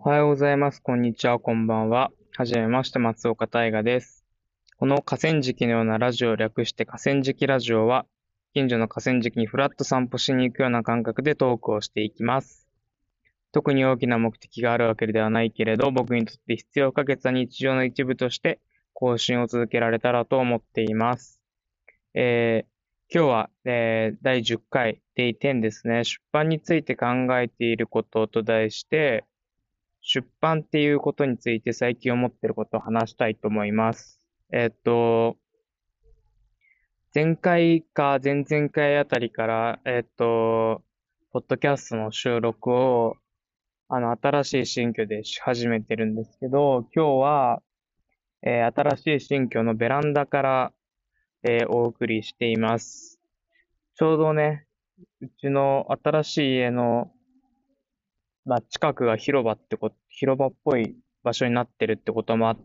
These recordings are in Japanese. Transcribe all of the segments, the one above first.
おはようございます。こんにちは。こんばんは。はじめまして、松岡大河です。この河川敷のようなラジオを略して河川敷ラジオは、近所の河川敷にフラッと散歩しに行くような感覚でトークをしていきます。特に大きな目的があるわけではないけれど、僕にとって必要不可欠な日常の一部として更新を続けられたらと思っています。今日は、第10回、Day10ですね。出版について考えていることと題して、出版っていうことについて最近思ってることを話したいと思います。えっと、前回か前々回あたりから、ポッドキャストの収録を、新しい新居でし始めてるんですけど、今日は、新しい新居のベランダから、お送りしています。ちょうどね、うちの新しい家の、近くが広場っぽい場所になってるってこともあって、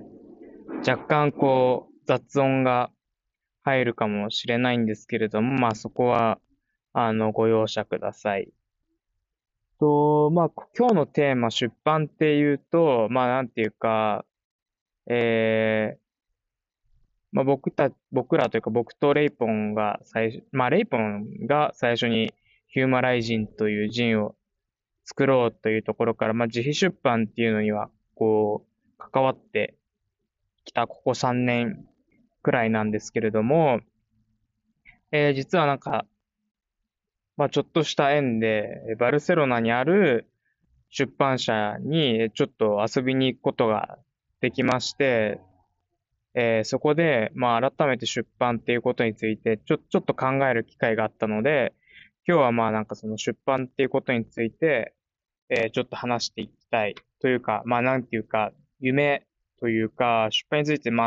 若干雑音が入るかもしれないんですけれども、そこは、ご容赦ください。今日のテーマ、出版っていうと、なんていうか、えー、僕らというか僕とレイポンがレイポンが最初にヒューマライジンという人を作ろうというところから、自費出版っていうのには、関わってきたここ3年くらいなんですけれども、実はちょっとした縁で、バルセロナにある出版社にちょっと遊びに行くことができまして、そこで、改めて出版っていうことについて、ちょっと考える機会があったので、今日はその出版っていうことについて、ちょっと話していきたい。というか、なんていうか、夢というか、出版について、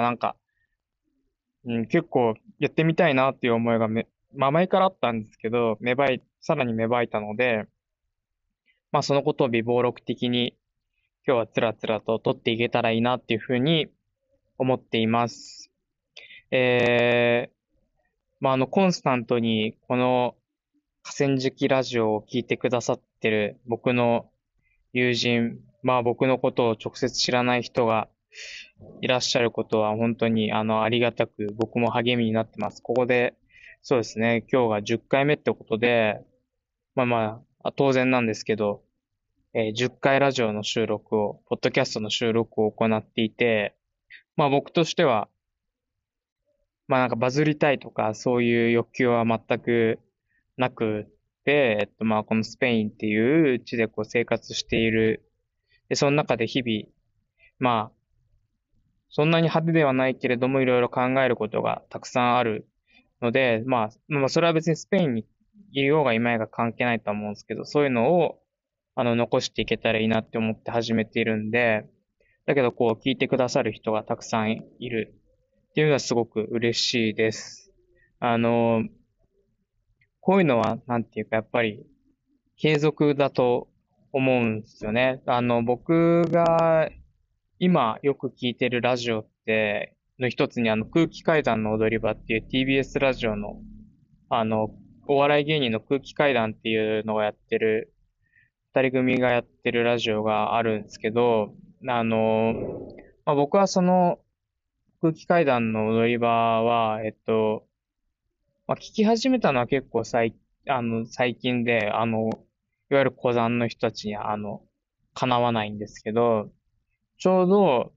結構やってみたいなっていう思いが前からあったんですけど、さらに芽生えたので、そのことを微暴録的に今日はつらつらと取っていけたらいいなっていうふうに思っています。えコンスタントにこの河川敷ラジオを聞いてくださってる僕の友人、僕のことを直接知らない人がいらっしゃることは本当にありがたく僕も励みになってます。ここで、そうですね、今日が10回目ってことで、当然なんですけど、10回ラジオの収録を、ポッドキャストの収録を行っていて、僕としては、バズりたいとか、そういう欲求は全くなくて、このスペインっていう地で生活している。で、その中で日々、まあ、そんなに派手ではないけれども、いろいろ考えることがたくさんあるので、それは別にスペインにいようがいまいが関係ないと思うんですけど、そういうのを、残していけたらいいなって思って始めているんで、だけど聞いてくださる人がたくさんいるっていうのはすごく嬉しいです。あの、こういうのは、なんていうか、やっぱり継続だと思うんですよね。僕が今よく聞いてるラジオの一つに空気階段の踊り場っていう TBS ラジオの、あの、お笑い芸人の空気階段っていうのをやってる、二人組がやってるラジオがあるんですけど、僕はその空気階段の踊り場は、聞き始めたのは結構最近で、いわゆる古参の人たちにかなわないんですけど、ちょうど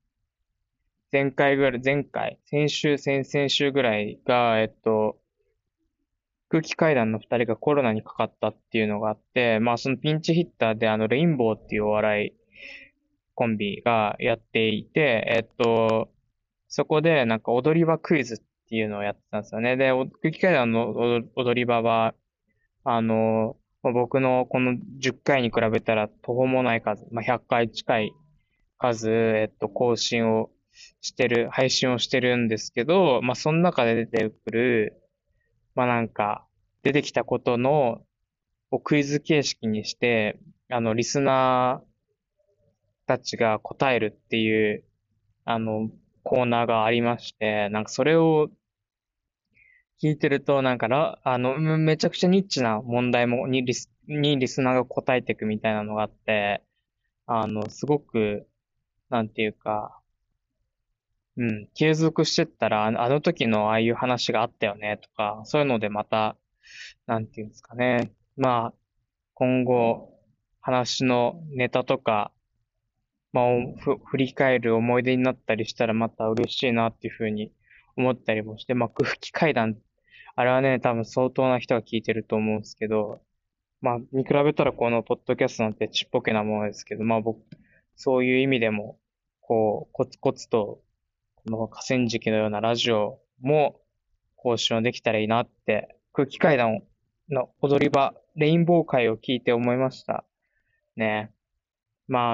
前回、先々週ぐらいが、空気階段の二人がコロナにかかったっていうのがあって、そのピンチヒッターでレインボーっていうお笑いコンビがやっていて、そこで踊り場クイズっていうのをやってたんですよね。で、空気階段の踊り場は、僕のこの10回に比べたら途方もない数、100回近い数、配信をしてるんですけど、その中で出てくる、出てきたことをクイズ形式にして、リスナーたちが答えるっていう、あの、コーナーがありまして、それを聞いてると、めちゃくちゃニッチな問題にリスナーが答えていくみたいなのがあって、 すごく、なんていうか、うん、継続してったら、あの時のああいう話があったよね、とか、そういうのでまた、なんていうんですかね。まあ、今後、話のネタとか、まあ、振り返る思い出になったりしたらまた嬉しいなっていうふうに思ったりもして、まあ、空気階段、あれはね、多分相当な人が聞いてると思うんですけど、まあ、に比べたらこのポッドキャストなんてちっぽけなものですけど、まあ僕、そういう意味でも、こう、コツコツと、この河川敷のようなラジオも更新をできたらいいなって、空気階段の踊り場、レインボー会を聞いて思いましたね。まあ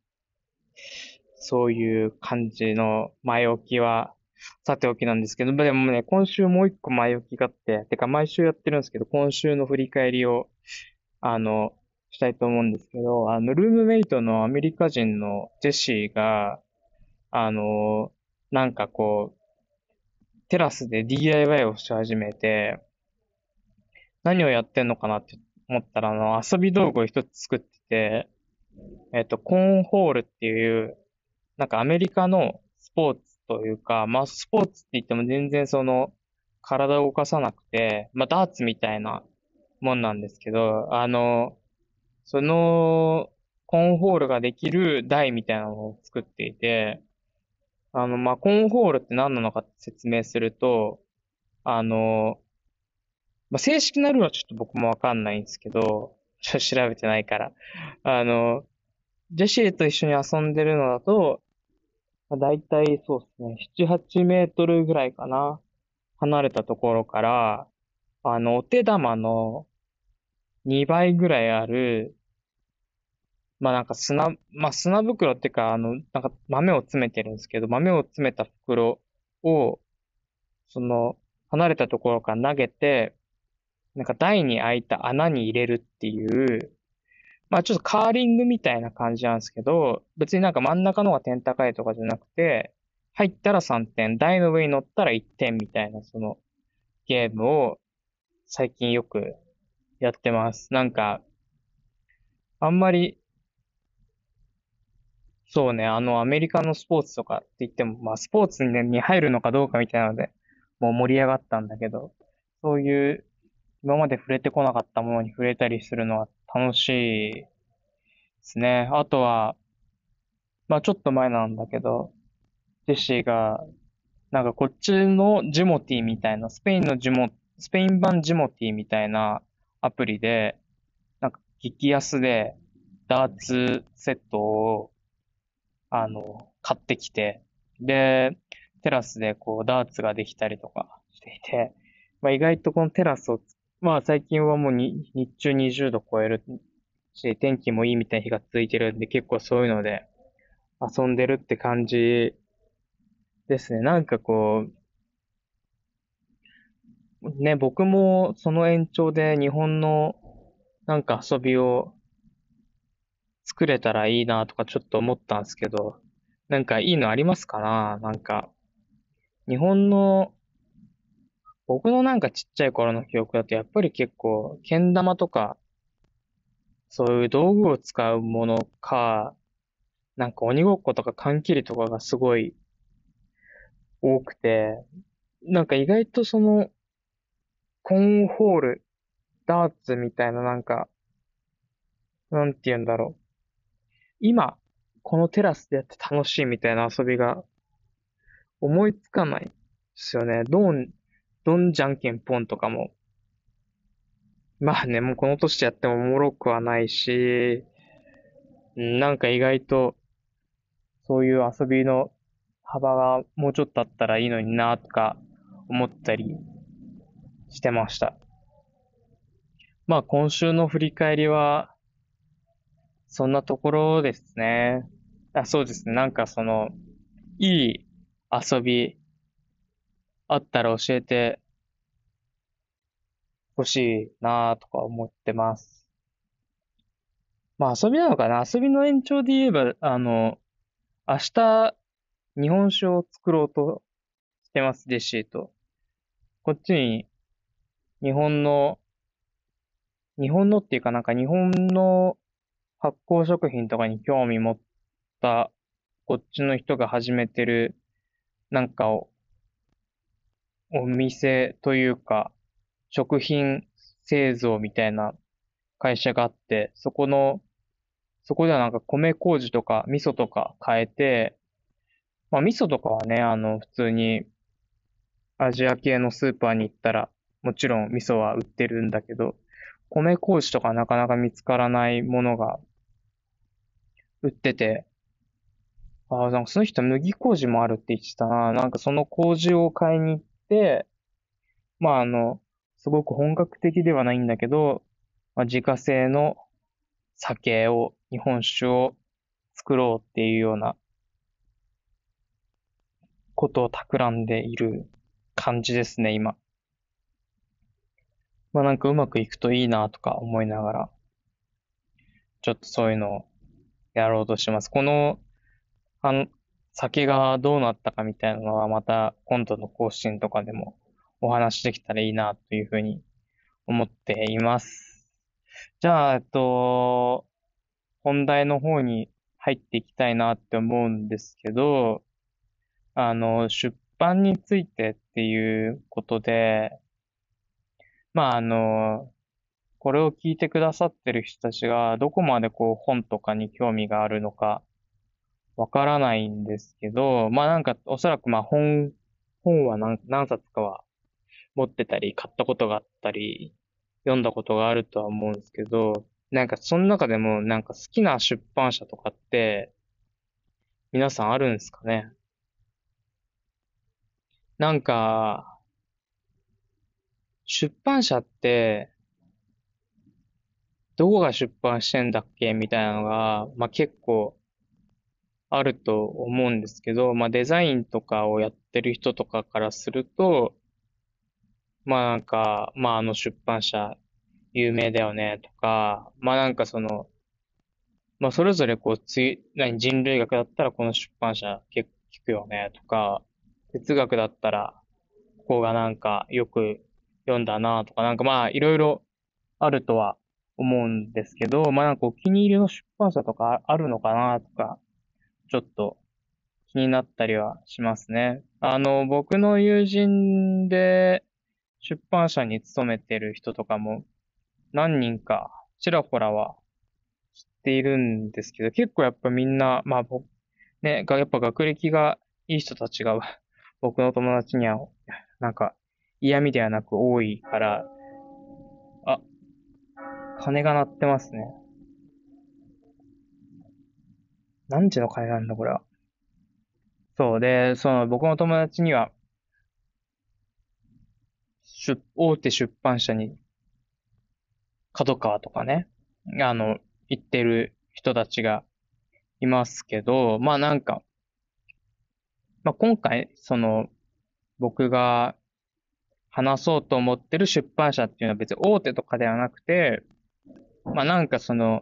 そういう感じの前置きは、さておきなんですけど、でもね、今週もう一個前置きがあって、てか毎週やってるんですけど、今週の振り返りを、あの、したいと思うんですけど、ルームメイトのアメリカ人のジェシーが、あの、なんかこう、テラスで DIY をし始めて、何をやってんのかなって思ったら、遊び道具を一つ作ってて、コーンホールっていう、なんかアメリカのスポーツというか、まあスポーツって言っても全然体を動かさなくて、まあダーツみたいなもんなんですけど、その、コーンホールができる台みたいなのを作っていて、まあコーンホールって何なのかって説明すると、あの、まあ正式なルールはちょっと僕もわかんないんですけど、ちょっと調べてないから。あの、ジェシーと一緒に遊んでるのだと、まあ、だいたいそうですね、7、8メートルぐらいかな。離れたところから、お手玉の2倍ぐらいある、まあなんかまあ砂袋っていうか、なんか豆を詰めてるんですけど、豆を詰めた袋を、その、離れたところから投げて、なんか台に開いた穴に入れるっていう、まあちょっとカーリングみたいな感じなんですけど、別になんか真ん中の方が点高いとかじゃなくて、入ったら3点、台の上に乗ったら1点みたいな、そのゲームを最近よくやってます。なんか、あんまり、そうね、アメリカのスポーツとかって言っても、まあスポーツにね、に入るのかどうかみたいなので、もう盛り上がったんだけど、そういう今まで触れてこなかったものに触れたりするのは楽しいですね。あとは、まあちょっと前なんだけど、ジェシーが、なんかこっちのジモティーみたいな、スペイン版ジモティーみたいなアプリで、なんか激安でダーツセットを、買ってきて、で、テラスでこうダーツができたりとかしていて、まあ意外とこのテラスをまあ最近はもう日中20度超えるし、天気もいいみたいな日が続いてるんで、結構そういうので遊んでるって感じですね。なんかこね、僕もその延長で日本のなんか遊びを作れたらいいなとかちょっと思ったんですけど、なんかいいのありますかな？なんか、日本の、僕のなんかちっちゃい頃の記憶だとやっぱり結構、けん玉とか、そういう道具を使うものか、なんか鬼ごっことか缶切りとかがすごい多くて、なんか意外とコーンホール、ダーツみたいななんか、なんて言うんだろう。今、このテラスでやって楽しいみたいな遊びが思いつかないですよね。どんじゃんけんぽんとかも。まあね、もうこの年でやってもおもろくはないし、なんか意外とそういう遊びの幅がもうちょっとあったらいいのになとか思ったりしてました。まあ今週の振り返りはそんなところですね。そうですね。なんかいい遊びあったら教えてほしいなとか思ってます。まあ遊びなのかな、遊びの延長で言えば、明日日本酒を作ろうとしてます、ジェシーと。こっちに日本の、日本のっていうかなんか日本の発酵食品とかに興味持った、こっちの人が始めてる、なんかお店というか、食品製造みたいな会社があって、そこではなんか米麹とか味噌とか変えて、まあ味噌とかはね、普通にアジア系のスーパーに行ったら、もちろん味噌は売ってるんだけど、米麹とかなかなか見つからないものが売ってて、なんかその人麦麹もあるって言ってたな。なんかその麹を買いに行って、まあすごく本格的ではないんだけど、まあ、自家製の日本酒を作ろうっていうようなことを企んでいる感じですね、今。まあなんかうまくいくといいなとか思いながら、ちょっとそういうのをやろうとしてます。あの、酒がどうなったかみたいなのはまた今度の更新とかでもお話できたらいいなというふうに思っています。じゃあ、本題の方に入っていきたいなって思うんですけど、出版についてっていうことで、まあ、これを聞いてくださってる人たちがどこまでこう本とかに興味があるのかわからないんですけど、まあなんかおそらくまあ本は何冊かは持ってたり、買ったことがあったり、読んだことがあるとは思うんですけど、なんかその中でもなんか好きな出版社とかって皆さんあるんですかね？なんか、出版社ってどこが出版してんだっけみたいなのが、まあ結構あると思うんですけど、まあデザインとかをやってる人とかからすると、まあなんか、まああの出版社有名だよねとか、まあなんかまあそれぞれこう人類学だったらこの出版社結構聞くよねとか、哲学だったらここがなんかよく読んだなとか、なんかまあいろいろあるとは思うんですけど、まあなんかお気に入りの出版社とかあるのかなとか、ちょっと気になったりはしますね。僕の友人で出版社に勤めてる人とかも何人かちらほらは知っているんですけど、結構やっぱみんな、まあやっぱ学歴がいい人たちが僕の友達にはなんか嫌味ではなく多いから、あ、鐘が鳴ってますね。何時の鐘なんだこれは。そうで、僕の友達には大手出版社に角川とかね、行ってる人たちがいますけど、まあなんか、まあ今回、僕が話そうと思ってる出版社っていうのは別に大手とかではなくて、まあなんか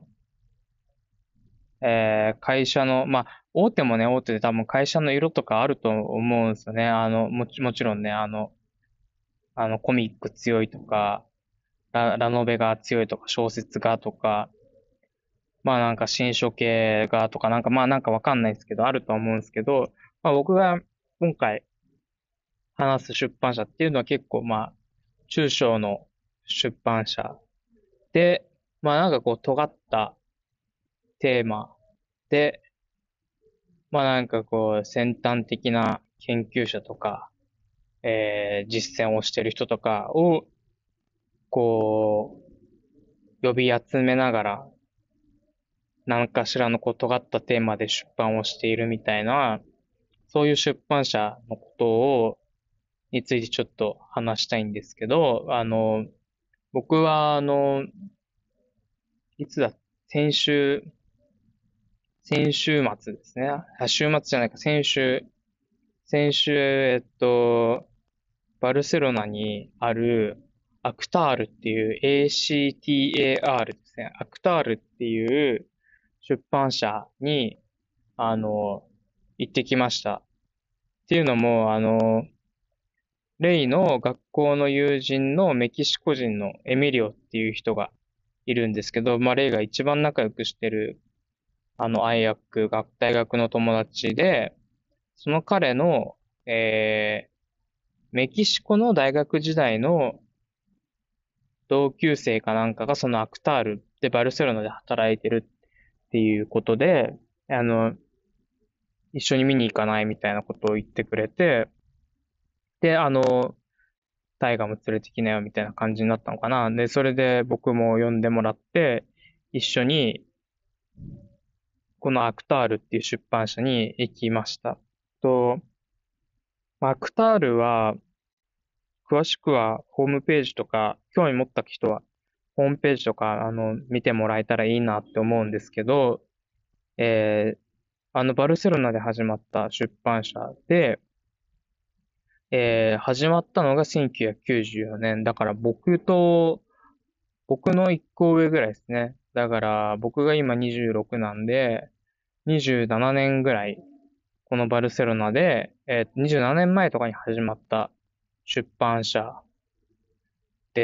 会社の、まあ大手もね、大手で多分会社の色とかあると思うんですよね。もちろんね、コミック強いとか、ラノベが強いとか、小説がとか、まあなんか新書系がとかなんかまあなんかわかんないですけど、あると思うんですけど、まあ僕が今回話す出版社っていうのは結構まあ中小の出版社で、まあなんかこう尖ったテーマで、まあなんかこう先端的な研究者とか、実践をしてる人とかをこ呼び集めながら何かしらのこう尖ったテーマで出版をしているみたいな、そういう出版社のことについてちょっと話したいんですけど、僕は、いつだ、先週、先週末ですね。週末じゃないか、先週、バルセロナにある、アクタールっていう、ACTAR ですね。アクタールっていう出版社に、行ってきました。っていうのも、レイの学校の友人のメキシコ人のエミリオっていう人がいるんですけど、まあ、レイが一番仲良くしてる、アイアック大学の友達で、その彼の、えメキシコの大学時代の同級生かなんかがそのアクタールでバルセロナで働いてるっていうことで、あの、一緒に見に行かないみたいなことを言ってくれて、で、タイガも連れてきなよみたいな感じになったのかな。で、それで僕も呼んでもらって、一緒にこのアクタールっていう出版社に行きました。と、アクタールは、詳しくはホームページとか、興味持った人は、ホームページとか、見てもらえたらいいなって思うんですけど、えー、バルセロナで始まった出版社で、始まったのが1994年。だから僕の一個上ぐらいですね。だから僕が今26なんで、27年ぐらい、このバルセロナで、27年前とかに始まった出版社です。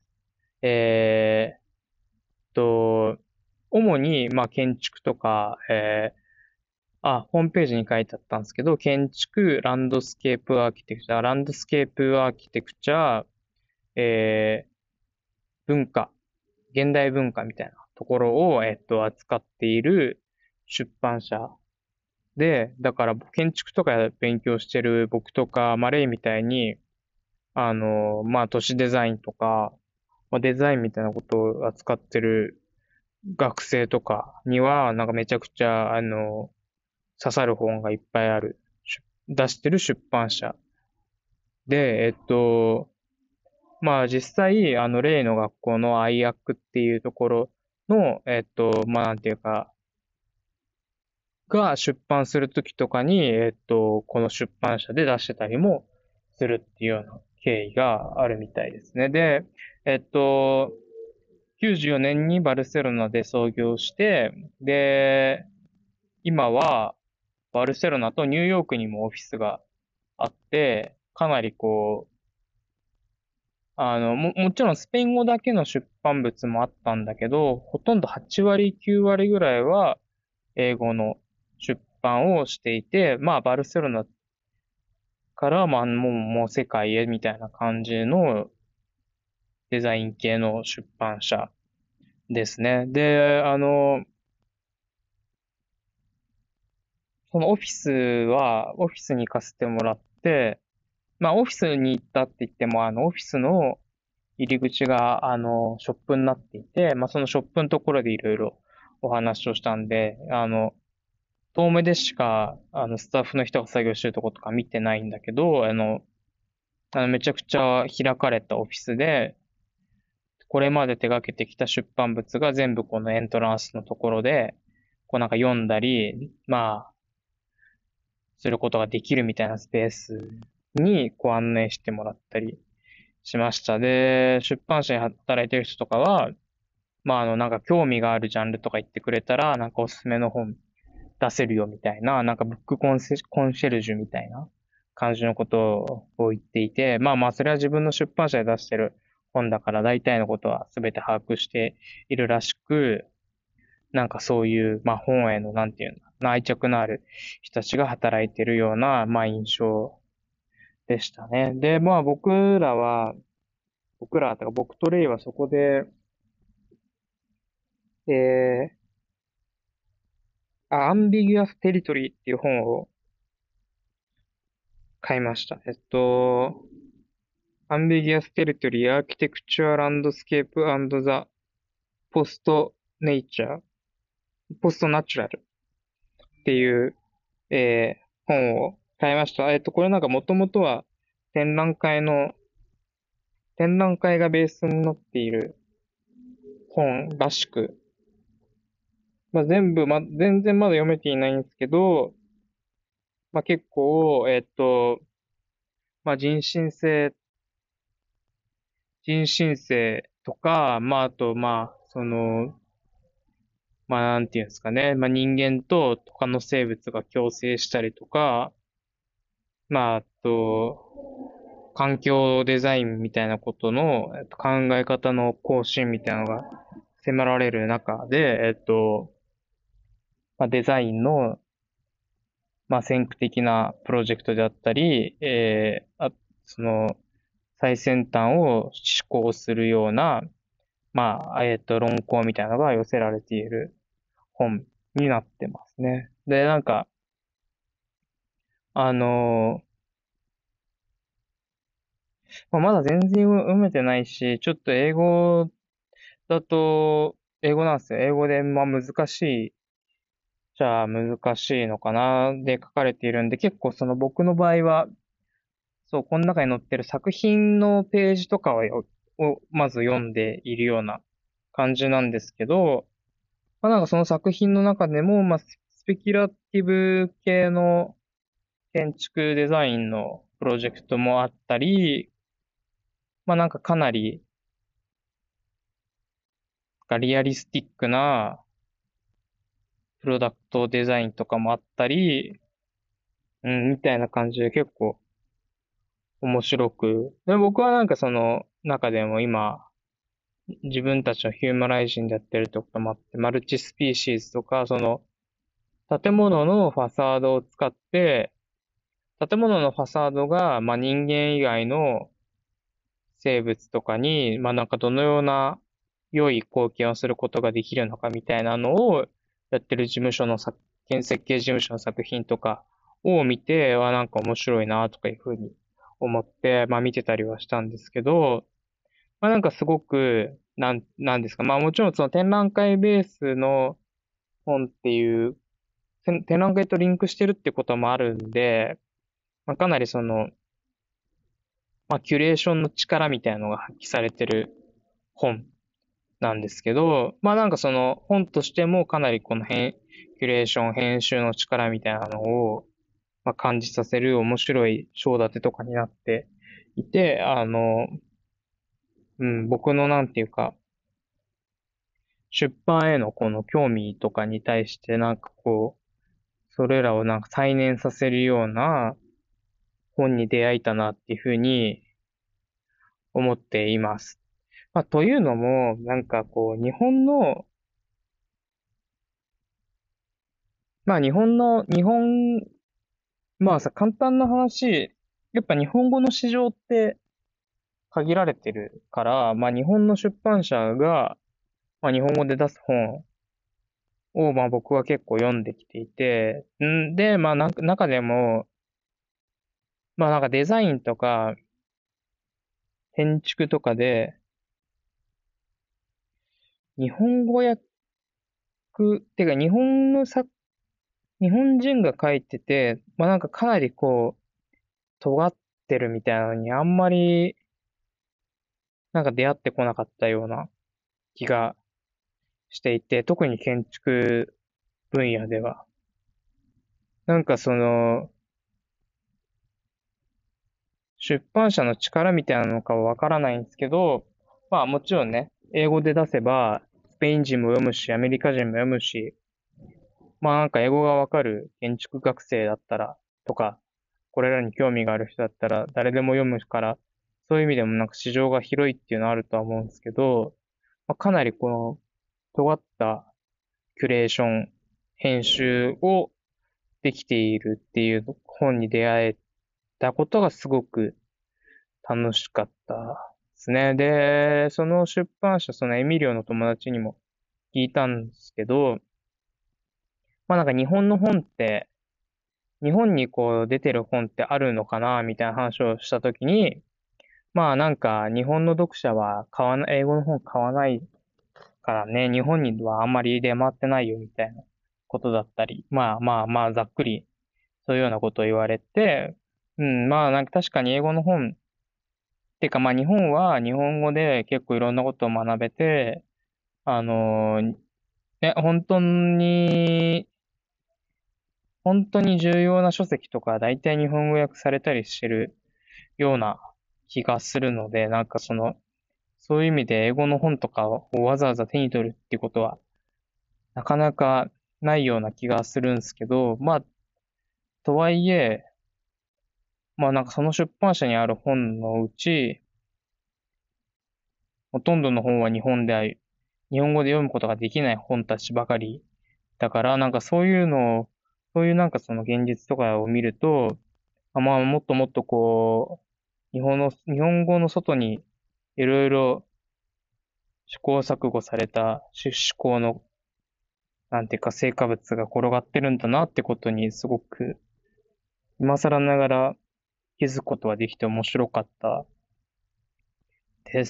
えと、主に、まあ、建築とか、ホームページに書いてあったんですけど、建築、ランドスケープアーキテクチャ、ランドスケープアーキテクチャ、えー、文化、現代文化みたいなところを、扱っている出版社で、だから建築とか勉強してる僕とか、マレイみたいに、まあ、都市デザインとか、まあ、デザインみたいなことを扱ってる学生とかには、なんかめちゃくちゃ、刺さる本がいっぱいある、出してる出版社で、まあ実際、例の学校の IAC っていうところの、まあなんていうか、が出版するときとかに、この出版社で出してたりもするっていうような経緯があるみたいですね。で、94年にバルセロナで創業して、で、今はバルセロナとニューヨークにもオフィスがあって、かなりこう、もちろんスペイン語だけの出版物もあったんだけど、ほとんど8割、9割ぐらいは英語の出版をしていて、まあ、バルセロナからまあ、もう世界へみたいな感じのデザイン系の出版社ですね。で、そのオフィスに行かせてもらって、まあ、オフィスに行ったって言っても、オフィスの入り口が、ショップになっていて、まあ、そのショップのところでいろいろお話をしたんで、遠目でしか、スタッフの人が作業してるとことか見てないんだけど、めちゃくちゃ開かれたオフィスで、これまで手掛けてきた出版物が全部このエントランスのところで、こうなんか読んだり、まあ、することができるみたいなスペースにこう案内してもらったりしました。で、出版社に働いてる人とかは、まあ、なんか興味があるジャンルとか言ってくれたら、なんかおすすめの本出せるよみたいな、なんかブックコンシェルジュみたいな感じのことを言っていて、まあまあ、それは自分の出版社で出してる本だから大体のことは全て把握しているらしく、なんかそういう、まあ本への、なんていうの、愛着のある人たちが働いているような、まあ印象でしたね。で、まあとか僕とレイはそこで、えアンビギュアステリトリーっていう本を買いました。アンビギュアステリトリー、アーキテクチュアランドスケープザ・ポストネイチャー、ポストナチュラルっていう、本を買いました。これなんかもともとは展覧会の、展覧会がベースになっている本らしく、まあ、全然まだ読めていないんですけど、まあ、結構、まあ、人新世とか、まあ、あと、まあ、まあ、なんていうんですかね。まあ、人間と他の生物が共生したりとか、まあ、あと、 環境デザインみたいなことの、考え方の更新みたいなのが迫られる中で、まあ、デザインの、まあ、先駆的なプロジェクトであったり、その、最先端を思考するような、まあ、論考みたいなのが寄せられている本になってますね。で、なんか、あのまあ、まだ全然読めてないし、ちょっと英語だと、英語なんですよ。英語で、まあ難しい、じゃあ難しいのかな、で書かれているんで、結構その僕の場合は、そう、この中に載ってる作品のページとかをまず読んでいるような感じなんですけど、まあなんかその作品の中でも、まあスペキュラティブ系の建築デザインのプロジェクトもあったり、まあなんかかなりリアリスティックなプロダクトデザインとかもあったり、うん、みたいな感じで結構面白く。で、僕はなんかその中でも今、自分たちのヒューマライジンでやってるってこともあって、マルチスピーシーズとか、その建物のファサードを使って、建物のファサードが、まあ人間以外の生物とかに、まあなんかどのような良い貢献をすることができるのかみたいなのをやってる事務所の建設系事務所の作品とかを見て、なんか面白いなとかいうふうに思って、まあ見てたりはしたんですけど、まあなんかすごく、なんですか。まあもちろんその展覧会ベースの本っていう、展覧会とリンクしてるってこともあるんで、まあかなりその、まあキュレーションの力みたいなのが発揮されてる本なんですけど、まあなんかその本としてもかなりこのキュレーション、編集の力みたいなのを、まあ、感じさせる面白い章立てとかになっていて、うん、僕のなんていうか、出版へのこの興味とかに対してなんかこう、それらをなんか再燃させるような本に出会えたなっていうふうに思っています。まあというのも、なんかこう、日本、まあさ、簡単な話、やっぱ日本語の市場って限られてるから、まあ日本の出版社が、まあ日本語で出す本を、まあ僕は結構読んできていて、で、まあ中でも、まあなんかデザインとか建築とかで、日本語訳、てか日本人が書いてて、まあなんかかなりこう、尖ってるみたいなのにあんまりなんか出会ってこなかったような気がしていて、特に建築分野では。なんかその、出版社の力みたいなのかはわからないんですけど、まあもちろんね、英語で出せば、スペイン人も読むし、アメリカ人も読むし、まあなんか英語がわかる建築学生だったら、とか、これらに興味がある人だったら誰でも読むから、そういう意味でもなんか市場が広いっていうのはあるとは思うんですけど、まあ、かなりこの尖ったキュレーション、編集をできているっていう本に出会えたことがすごく楽しかったですね。で、その出版社、そのエミリオの友達にも聞いたんですけど、まあなんか日本の本って、日本にこう出てる本ってあるのかなみたいな話をしたときに、まあなんか日本の読者は英語の本買わないからね、日本にはあんまり出回ってないよみたいなことだったり、まあざっくりそういうようなことを言われて、うん、まあなんか確かに英語の本てかまあ日本は日本語で結構いろんなことを学べて、あのーね、本当に重要な書籍とか大体日本語訳されたりしてるような気がするので、なんかその、そういう意味で英語の本とかをわざわざ手に取るっていうことはなかなかないような気がするんですけど、まあ、とはいえ、 まあなんかその出版社にある本のうち、ほとんどの本は日本語で読むことができない本たちばかりだから、なんかそういうのを、そういうなんかその現実とかを見ると、まあもっともっとこう、日本語の外にいろいろ試行錯誤された思考の、なんていうか成果物が転がってるんだなってことにすごく今更ながら気づくことができて面白かったです。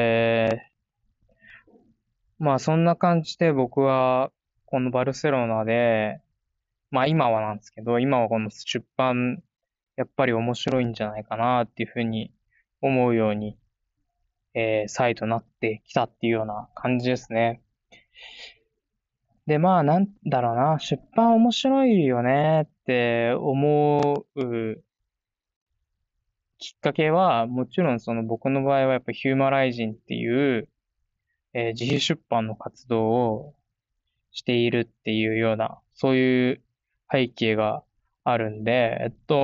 まあそんな感じで僕はこのバルセロナで、まあ今はなんですけど、今はこの出版やっぱり面白いんじゃないかなっていうふうに思うように、再度なってきたっていうような感じですね。で、まあなんだろうな、出版面白いよねって思うきっかけは、もちろんその僕の場合はやっぱヒューマライジンっていう、自費出版の活動をしているっていうような、そういう背景があるんで、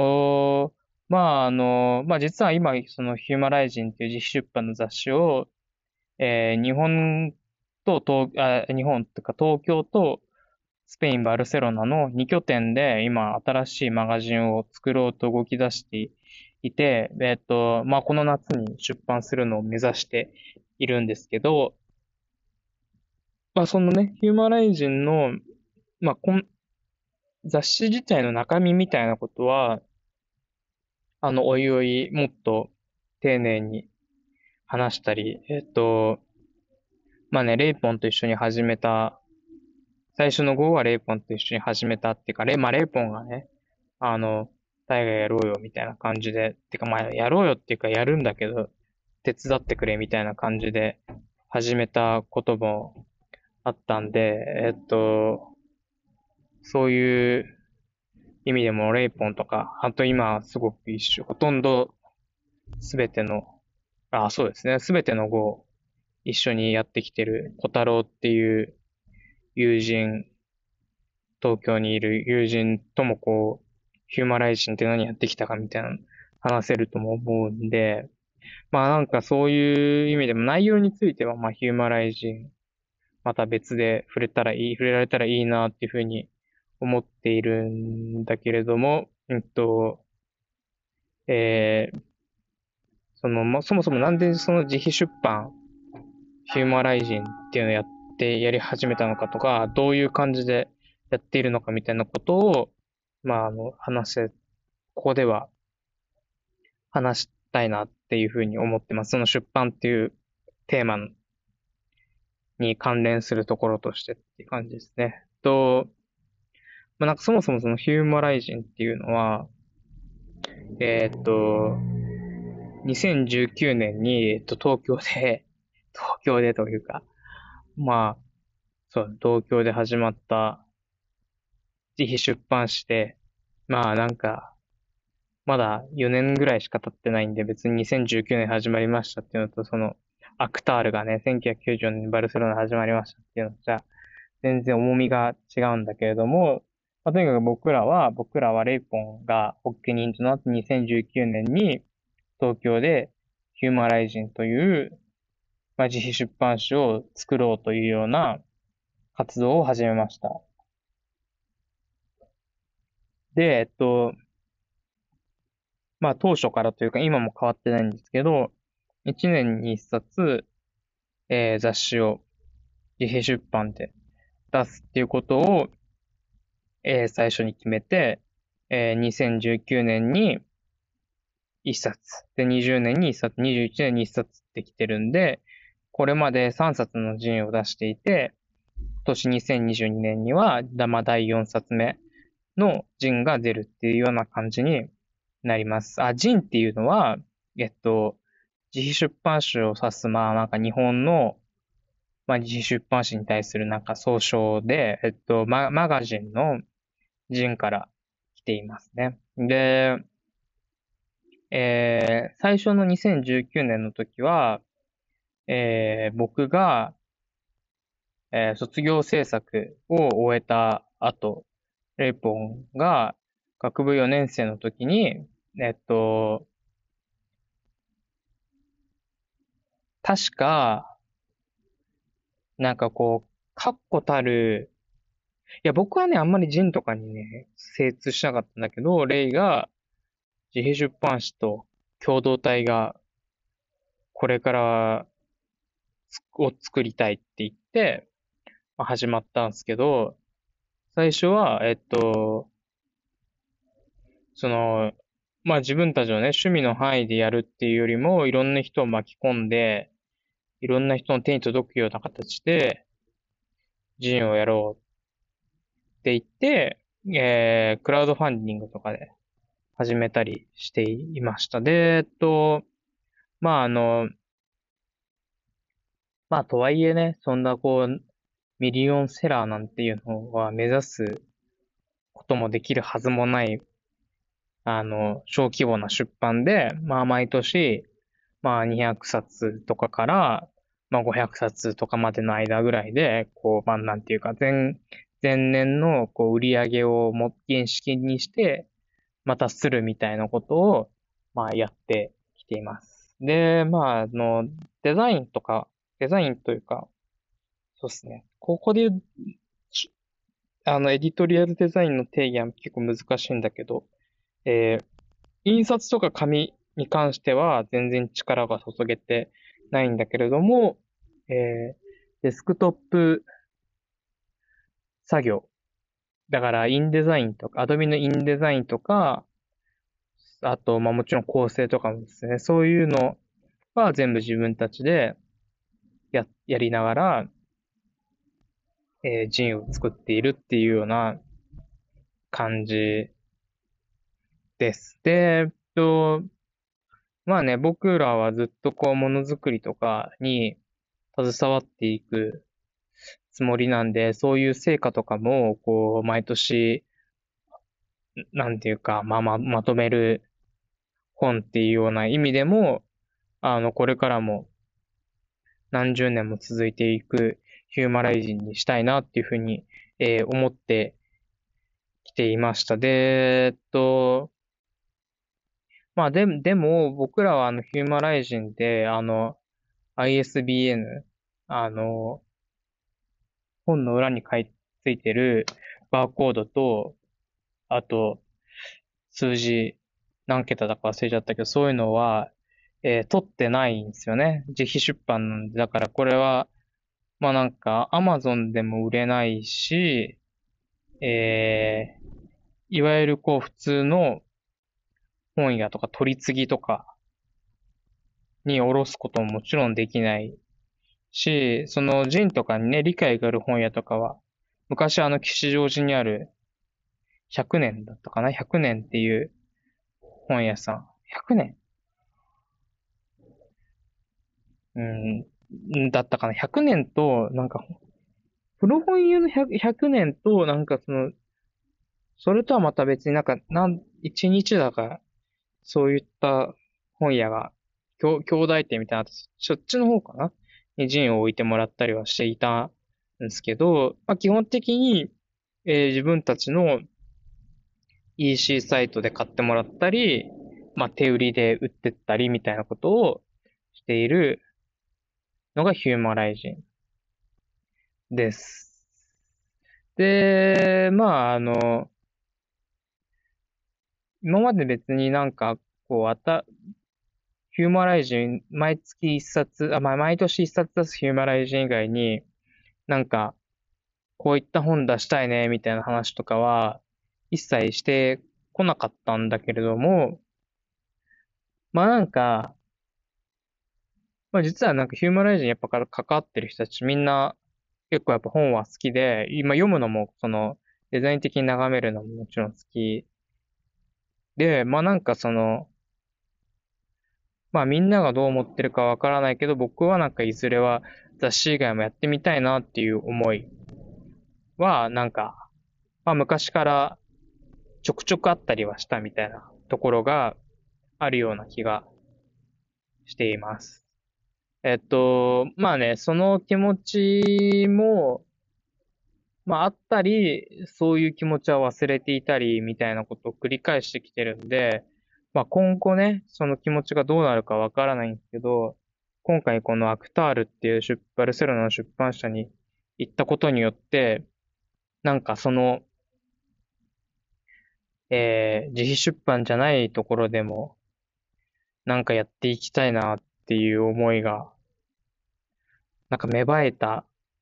まあ実は今、そのヒューマライジンっていう自費出版の雑誌を、日本と日本っていうか東京とスペイン、バルセロナの2拠点で今新しいマガジンを作ろうと動き出していて、まあこの夏に出版するのを目指しているんですけど、まあそのね、ヒューマライジンの、まあ雑誌自体の中身みたいなことは、おいおいもっと丁寧に話したり、まあね、レイポンと一緒に始めた、最初の号はレイポンと一緒に始めたっていうか、まあレイポンがね、あの、大河やろうよみたいな感じで、てかまあやろうよっていうかやるんだけど、手伝ってくれみたいな感じで始めたこともあったんで、そういう意味でもレイポンとか、あと今すごくほとんどすべての、そうですね、すべての号を一緒にやってきてる小太郎っていう友人、東京にいる友人ともこう、ヒューマライジンって何やってきたかみたいなの話せるとも思うんで、まあなんかそういう意味でも内容についてはまあヒューマライジンまた別で触れられたらいいなっていうふうに思っているんだけれども、えー、そもそもなんでその自費出版、ヒューマライジンっていうのをやり始めたのかとか、どういう感じでやっているのかみたいなことを、まあここでは話したいなっていうふうに思ってます。その出版っていうテーマに関連するところとしてっていう感じですね。まあ、なんかそもそもそのヒューマライジンっていうのは、えーっと、2019年に、東京でというか、まあ、東京で始まった自費出版して、まあなんか、まだ4年ぐらいしか経ってないんで、別に2019年始まりましたっていうのと、アクタールがね、1994年にバルセロナ始まりましたっていうのじゃ、全然重みが違うんだけれども、まあ、とにかく僕らはレイポンが発起人となって2019年に東京でヒューマライジンという、まあ、自費出版誌を作ろうというような活動を始めました。で、まあ当初からというか今も変わってないんですけど、1年に1冊、雑誌を自費出版で出すっていうことを、最初に決めて、2019年に1冊、で、20年に1冊、21年に1冊ってきてるんで、これまで3冊の陣を出していて、今年2022年には、第4冊目の陣が出るっていうような感じになります。陣っていうのは、自費出版誌を指す、まあなんか日本の、まあ自費出版誌に対するなんか総称で、マガジンの陣から来ていますね。で、最初の2019年の時は、僕が、卒業制作を終えた後、レイポンが学部4年生の時に、 えっと、確か、なんかこう、確固たる、いや、僕はね、あんまりジンとかにね、精通しなかったんだけど、レイが自費出版誌と共同体がこれからを作りたいって言って、まあ始まったんですけど、最初は、その、まあ自分たちのね、趣味の範囲でやるっていうよりも、いろんな人を巻き込んで、いろんな人の手に届くような形で、ジンをやろうって言って、クラウドファンディングとかで始めたりしていました。で、まあまあとはいえね、そんなこう、ミリオンセラーなんていうのは目指すこともできるはずもない、小規模な出版で、まあ毎年、まあ200冊とかから、まあ500冊とかまでの間ぐらいで、こう、まあなんていうか、前年のこう売り上げを原式にして、またするみたいなことを、まあやってきています。で、まあデザインとか、デザインというか、そうですね。ここで言う、エディトリアルデザインの定義は結構難しいんだけど、えー印刷とか紙に関しては全然力が注げてないんだけれども、デスクトップ作業。だから、インデザインとか、アドビのインデザインとか、あと、まあもちろん構成とかもですね、そういうのは全部自分たちでやりながら、ジンを作っているっていうような感じです。で、まあね、僕らはずっとこう、ものづくりとかに携わっていくつもりなんで、そういう成果とかも、こう、毎年、なんていうか、まとめる本っていうような意味でも、これからも何十年も続いていくヒューマライジンにしたいなっていうふうに、思ってきていました。で、まあでも、僕らはヒューマライジンで、ISBN、あの、本の裏についてるバーコードと、あと、数字何桁だか忘れちゃったけど、そういうのは、取ってないんですよね。自費出版なんで。だからこれは、まあなんか、アマゾンでも売れないし、えいわゆるこう普通の本屋とか取り次ぎとかに下ろすことももちろんできないし、そのジンとかにね、理解がある本屋とかは、昔吉祥寺にある100年だったかな？ 100 年っていう本屋さん。100年うん、だったかな？ 100 年と、なんか、古本屋の100年と、なんかそれとはまた別になんか、1日だか、そういった本屋が、兄弟店みたいな、そっちの方かなに陣を置いてもらったりはしていたんですけど、まあ基本的に、自分たちの EC サイトで買ってもらったり、まあ手売りで売ってったりみたいなことをしているのがヒューマライジンです。で、まあ今まで別になんか、こう、ヒューマライジン、毎月一冊、まあ、毎年一冊出すヒューマライジン以外に、なんか、こういった本出したいね、みたいな話とかは、一切してこなかったんだけれども、まあなんか、まあ実はなんかヒューマライジンやっぱから関わってる人たちみんな結構やっぱ本は好きで、今読むのもデザイン的に眺めるのももちろん好きで、まあなんかまあみんながどう思ってるかわからないけど、僕はなんかいずれは雑誌以外もやってみたいなっていう思いは、なんか、まあ昔からちょくちょくあったりはしたみたいなところがあるような気がしています。まあね、その気持ちも、まああったり、そういう気持ちは忘れていたりみたいなことを繰り返してきてるんで、 まあ今後ね、その気持ちがどうなるかわからないんですけど、今回このアクタールっていうバルセロナの出版社に行ったことによって、なんかその、自費出版じゃないところでも、なんかやっていきたいなっていう思いが、なんか芽生えた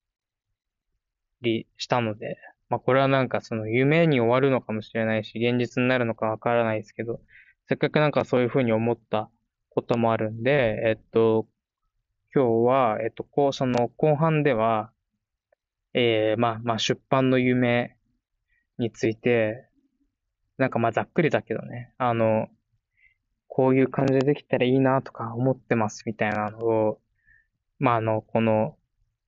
りしたので、まあこれはなんかその夢に終わるのかもしれないし、現実になるのかわからないですけど、せっかくなんかそういうふうに思ったこともあるんで、今日は、その後半では、まあ出版の夢について、なんかまあざっくりだけどね、こういう感じでできたらいいなとか思ってますみたいなのを、まあこの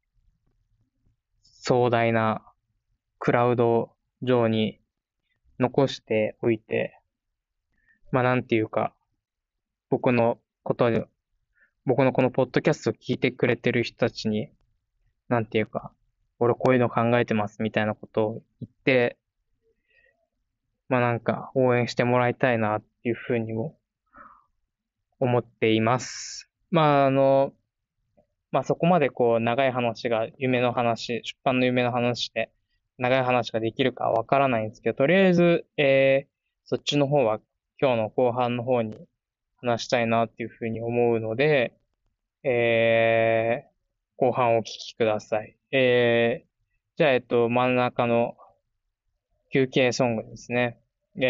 壮大なクラウド上に残しておいて、まあなんていうか、僕のことで、僕のこのポッドキャストを聞いてくれてる人たちに、なんていうか、俺こういうの考えてますみたいなことを言って、まあなんか応援してもらいたいなっていうふうにも思っています。まあまあそこまでこう長い話が夢の話、出版の夢の話で長い話ができるかわからないんですけど、とりあえず、そっちの方は今日の後半の方に話したいなっていうふうに思うので、後半お聞きください。じゃあ、真ん中の休憩ソングですね。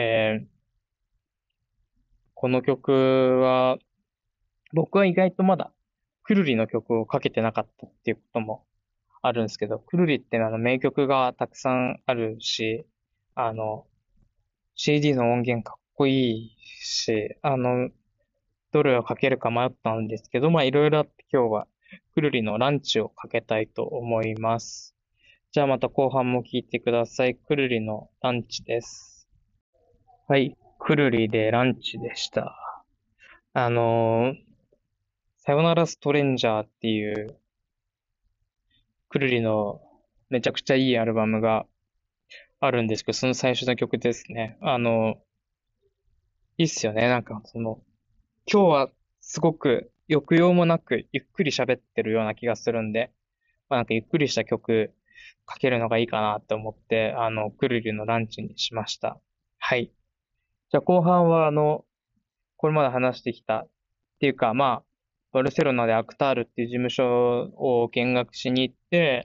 この曲は、僕は意外とまだ、くるりの曲をかけてなかったっていうこともあるんですけど、くるりってのは名曲がたくさんあるし、あの、CD の音源かっこいいし、どれをかけるか迷ったんですけど、まあいろいろあって今日はくるりのランチをかけたいと思います。じゃあまた後半も聞いてください。くるりのランチです。はい。くるりでランチでした。あのーさよならストレンジャーっていうくるりのめちゃくちゃいいアルバムがあるんですけど、その最初の曲ですね。いいっすよね。なんか今日はすごく抑揚もなくゆっくり喋ってるような気がするんで、まあなんかゆっくりした曲かけるのがいいかなって思って、くるりのランチにしました。はい。じゃあ後半はこれまで話してきたっていうか、まあ、バルセロナでアクタールっていう事務所を見学しに行って、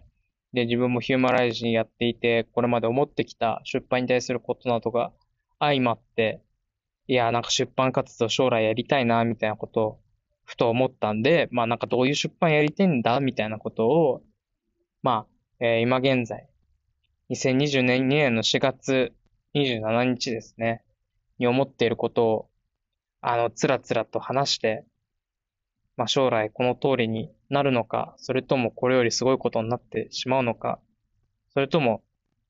で、自分もヒューマライジンやっていて、これまで思ってきた出版に対することなどが相まって、いや、なんか出版活動将来やりたいな、みたいなことを、ふと思ったんで、まあなんかどういう出版やりたいんだ、みたいなことを、まあ、今現在、2022年の4月27日ですね、に思っていることを、つらつらと話して、まあ将来この通りになるのか、それともこれよりすごいことになってしまうのか、それとも、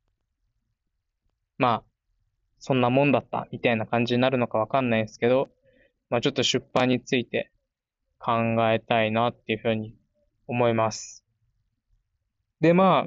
まあ、そんなもんだった、みたいな感じになるのかわかんないですけど、まあちょっと出版について考えたいなっていうふうに思います。で、ま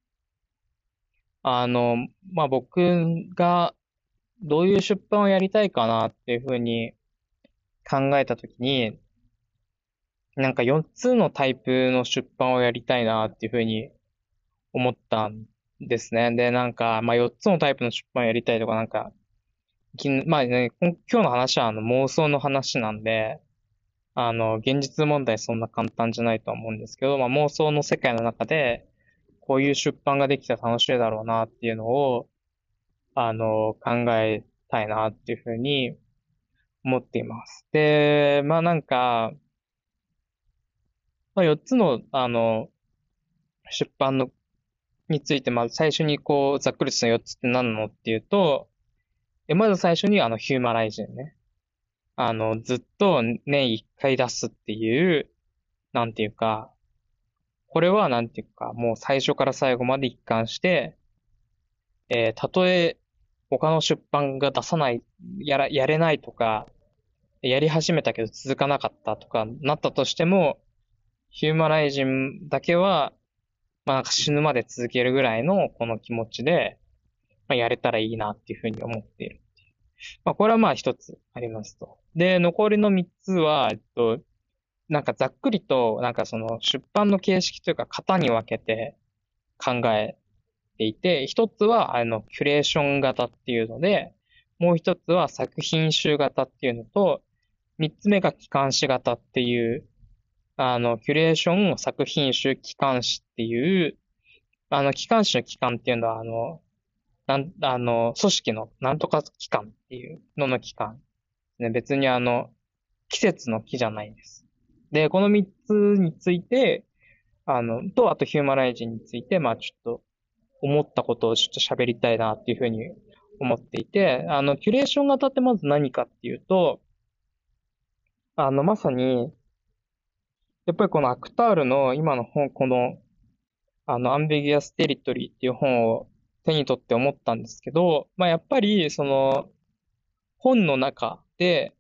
あ、まあ僕がどういう出版をやりたいかなっていうふうに考えたときに、なんか4つのタイプの出版をやりたいなっていうふうに思ったんですね。で、なんか、まあ4つのタイプの出版をやりたいとか、なんか、まあね、今日の話は妄想の話なんで、現実問題そんな簡単じゃないと思うんですけど、まあ妄想の世界の中で、こういう出版ができたら楽しいだろうなっていうのを、考えたいなっていうふうに思っています。で、まあなんか、まあ4つの、出版の、について、まず最初にこう、ざっくりした4つって何なのっていうと、まず最初にヒューマライジンね。ずっと年1回出すっていう、なんていうか、これはなんていうか、もう最初から最後まで一貫して、たとえ他の出版が出さない、やれないとか、やり始めたけど続かなかったとかなったとしても、ヒューマライジンだけは、まあなんか死ぬまで続けるぐらいのこの気持ちで、まあやれたらいいなっていうふうに思っている。 まあ、これはまあ一つありますと。で、残りの三つは、なんかざっくりと、なんかその出版の形式というか型に分けて考えていて、一つはキュレーション型っていうので、もう一つは作品集型っていうのと、三つ目が機関誌型っていう、キュレーション、作品集、機関誌っていう、機関誌の機関っていうのは、組織のなんとか機関っていうのの機関。ね、別に季節の木じゃないです。で、この三つについて、あとヒューマライジンについて、まあちょっと思ったことをちょっと喋りたいなっていうふうに思っていて、キュレーション型ってまず何かっていうと、まさに、やっぱりこのアクタールの今の本、この、アンビギュアステリトリーっていう本を手に取って思ったんですけど、まあやっぱり、その、本の中で、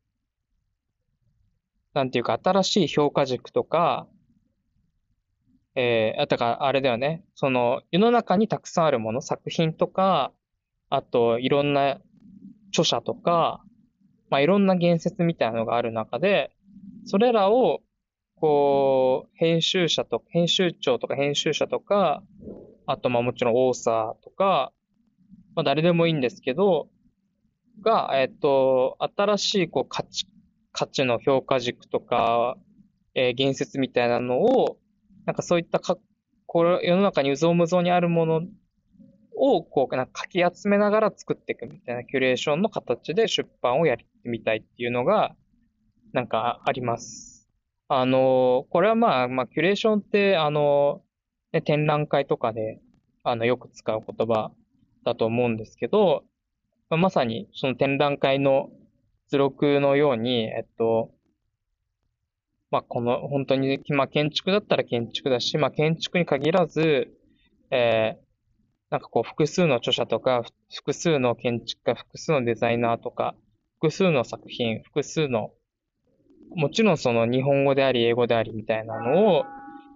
なんていうか、新しい評価軸とか、だからあれだよね。その、世の中にたくさんあるもの、作品とか、あと、いろんな著者とか、まあ、いろんな言説みたいなのがある中で、それらを、こう、編集長とか編集者とか、あと、まあもちろんオーサーとか、まあ誰でもいいんですけど、が、新しい、こう、価値の評価軸とか、言説みたいなのを、なんかそういったこれ、世の中にうぞうむぞうにあるものを、こう、なんかかき集めながら作っていくみたいなキュレーションの形で出版をやってみたいっていうのが、なんかあります。これはまあ、キュレーションって、ね、展覧会とかで、よく使う言葉だと思うんですけど、まさにその展覧会の図録のように、まあ、この、本当に、まあ、建築だったら建築だし、まあ、建築に限らず、えーなんかこう、複数の著者とか、複数の建築家、複数のデザイナーとか、複数の作品、複数の、もちろんその日本語であり、英語でありみたいなのを、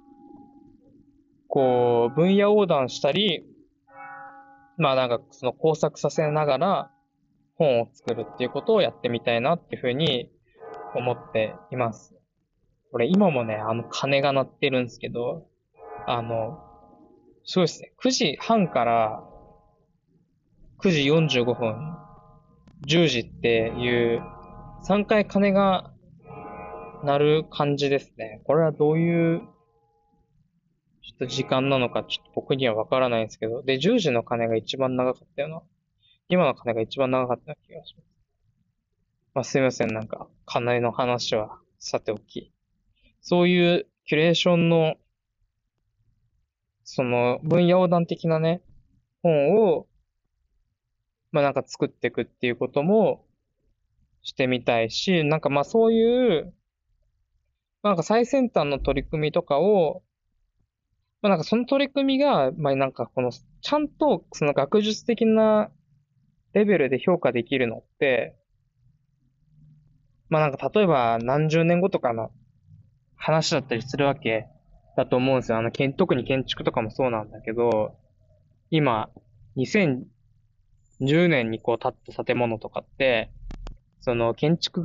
こう、分野横断したり、まあなんかその工作させながら本を作るっていうことをやってみたいなっていうふうに思っています。これ今もね、鐘が鳴ってるんですけど、あの、そうですね、9時半から9時45分、10時っていう3回鐘が鳴る感じですね。これはどういうちょっと時間なのかちょっと僕にはわからないんですけど、で、10時の鐘が一番長かったよな。今の鐘が一番長かったような気がします。まあすいません、なんか、鐘の話はさておき。そういうキュレーションの、その分野横断的なね、本を、まあなんか作っていくっていうこともしてみたいし、なんかまあそういう、なんか最先端の取り組みとかを、まあなんかその取り組みが、まあなんかこの、ちゃんとその学術的なレベルで評価できるのって、まあなんか例えば何十年後とかの話だったりするわけだと思うんですよ。特に建築とかもそうなんだけど、今、2010年にこう建った建物とかって、その建築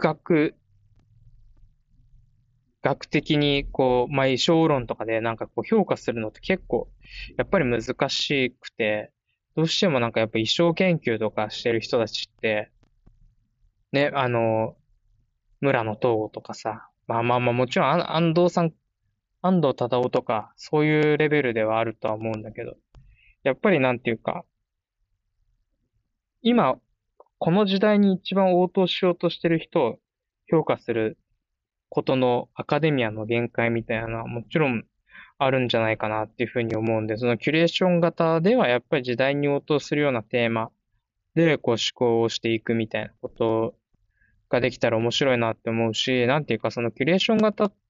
学的にこう、まあ、意匠論とかでなんかこう評価するのって結構、やっぱり難しくて、どうしてもなんかやっぱ意匠研究とかしてる人たちって、ね、村野東吾とかさ、まあもちろん安藤忠雄とか、そういうレベルではあるとは思うんだけど、やっぱりなんていうか、今、この時代に一番応答しようとしてる人を評価することのアカデミアの限界みたいなのはもちろんあるんじゃないかなっていうふうに思うんで、そのキュレーション型ではやっぱり時代に応答するようなテーマでこう思考をしていくみたいなことができたら面白いなって思うし、なんていうかそのキュレーション型って、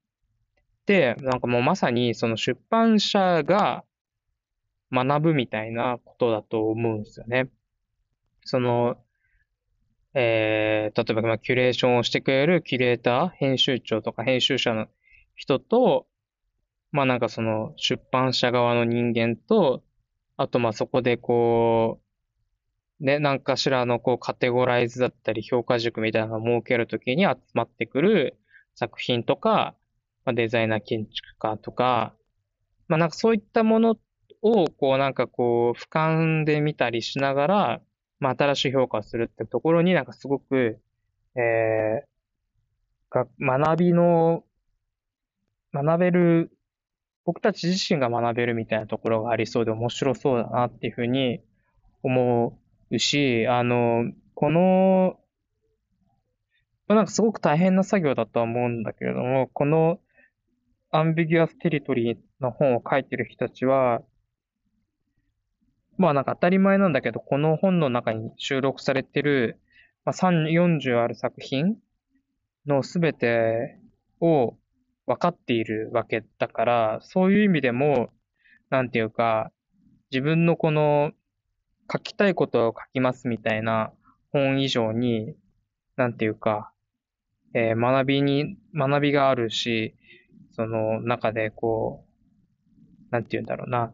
なんかもうまさにその出版社が学ぶみたいなことだと思うんですよね。その、例えば、まあ、キュレーションをしてくれるキュレーター、編集長とか編集者の人と、まあなんかその出版社側の人間と、あとまあそこでこう、 で、何かしらのこうカテゴライズだったり評価軸みたいなのを設けるときに集まってくる作品とか、まあ、デザイナー建築家とか、まあなんかそういったものをこうなんかこう俯瞰で見たりしながら、まあ新しい評価をするってところになんかすごく、え学びの、学べる、僕たち自身が学べるみたいなところがありそうで面白そうだなっていうふうに思うし、この、なんかすごく大変な作業だとは思うんだけれども、このアンビギュアステリトリーの本を書いてる人たちは、まあなんか当たり前なんだけど、この本の中に収録されてる、まあ40ある作品のすべてを分かっているわけだから、そういう意味でも、なんていうか、自分のこの書きたいことを書きますみたいな本以上に、なんていうか、学びがあるし、その中でこう、なんていうんだろうな。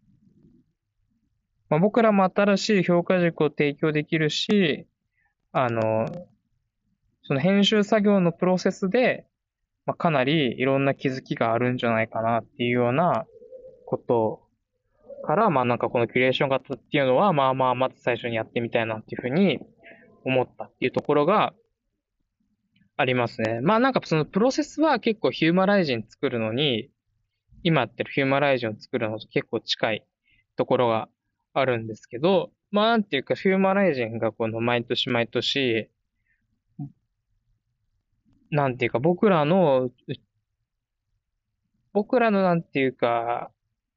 まあ、僕らも新しい評価軸を提供できるし、あの、その編集作業のプロセスで、まあ、かなりいろんな気づきがあるんじゃないかなっていうようなことから、まあなんかこのキュレーション型っていうのは、まあまあまず最初にやってみたいなっていうふうに思ったっていうところがありますね。まあなんかそのプロセスは結構ヒューマライジン作るのに、今やってるヒューマライジンを作るのと結構近いところがあるんですけど、まあなんていうかヒューマライジンがこの毎年毎年、なんていうか僕らのなんていうか、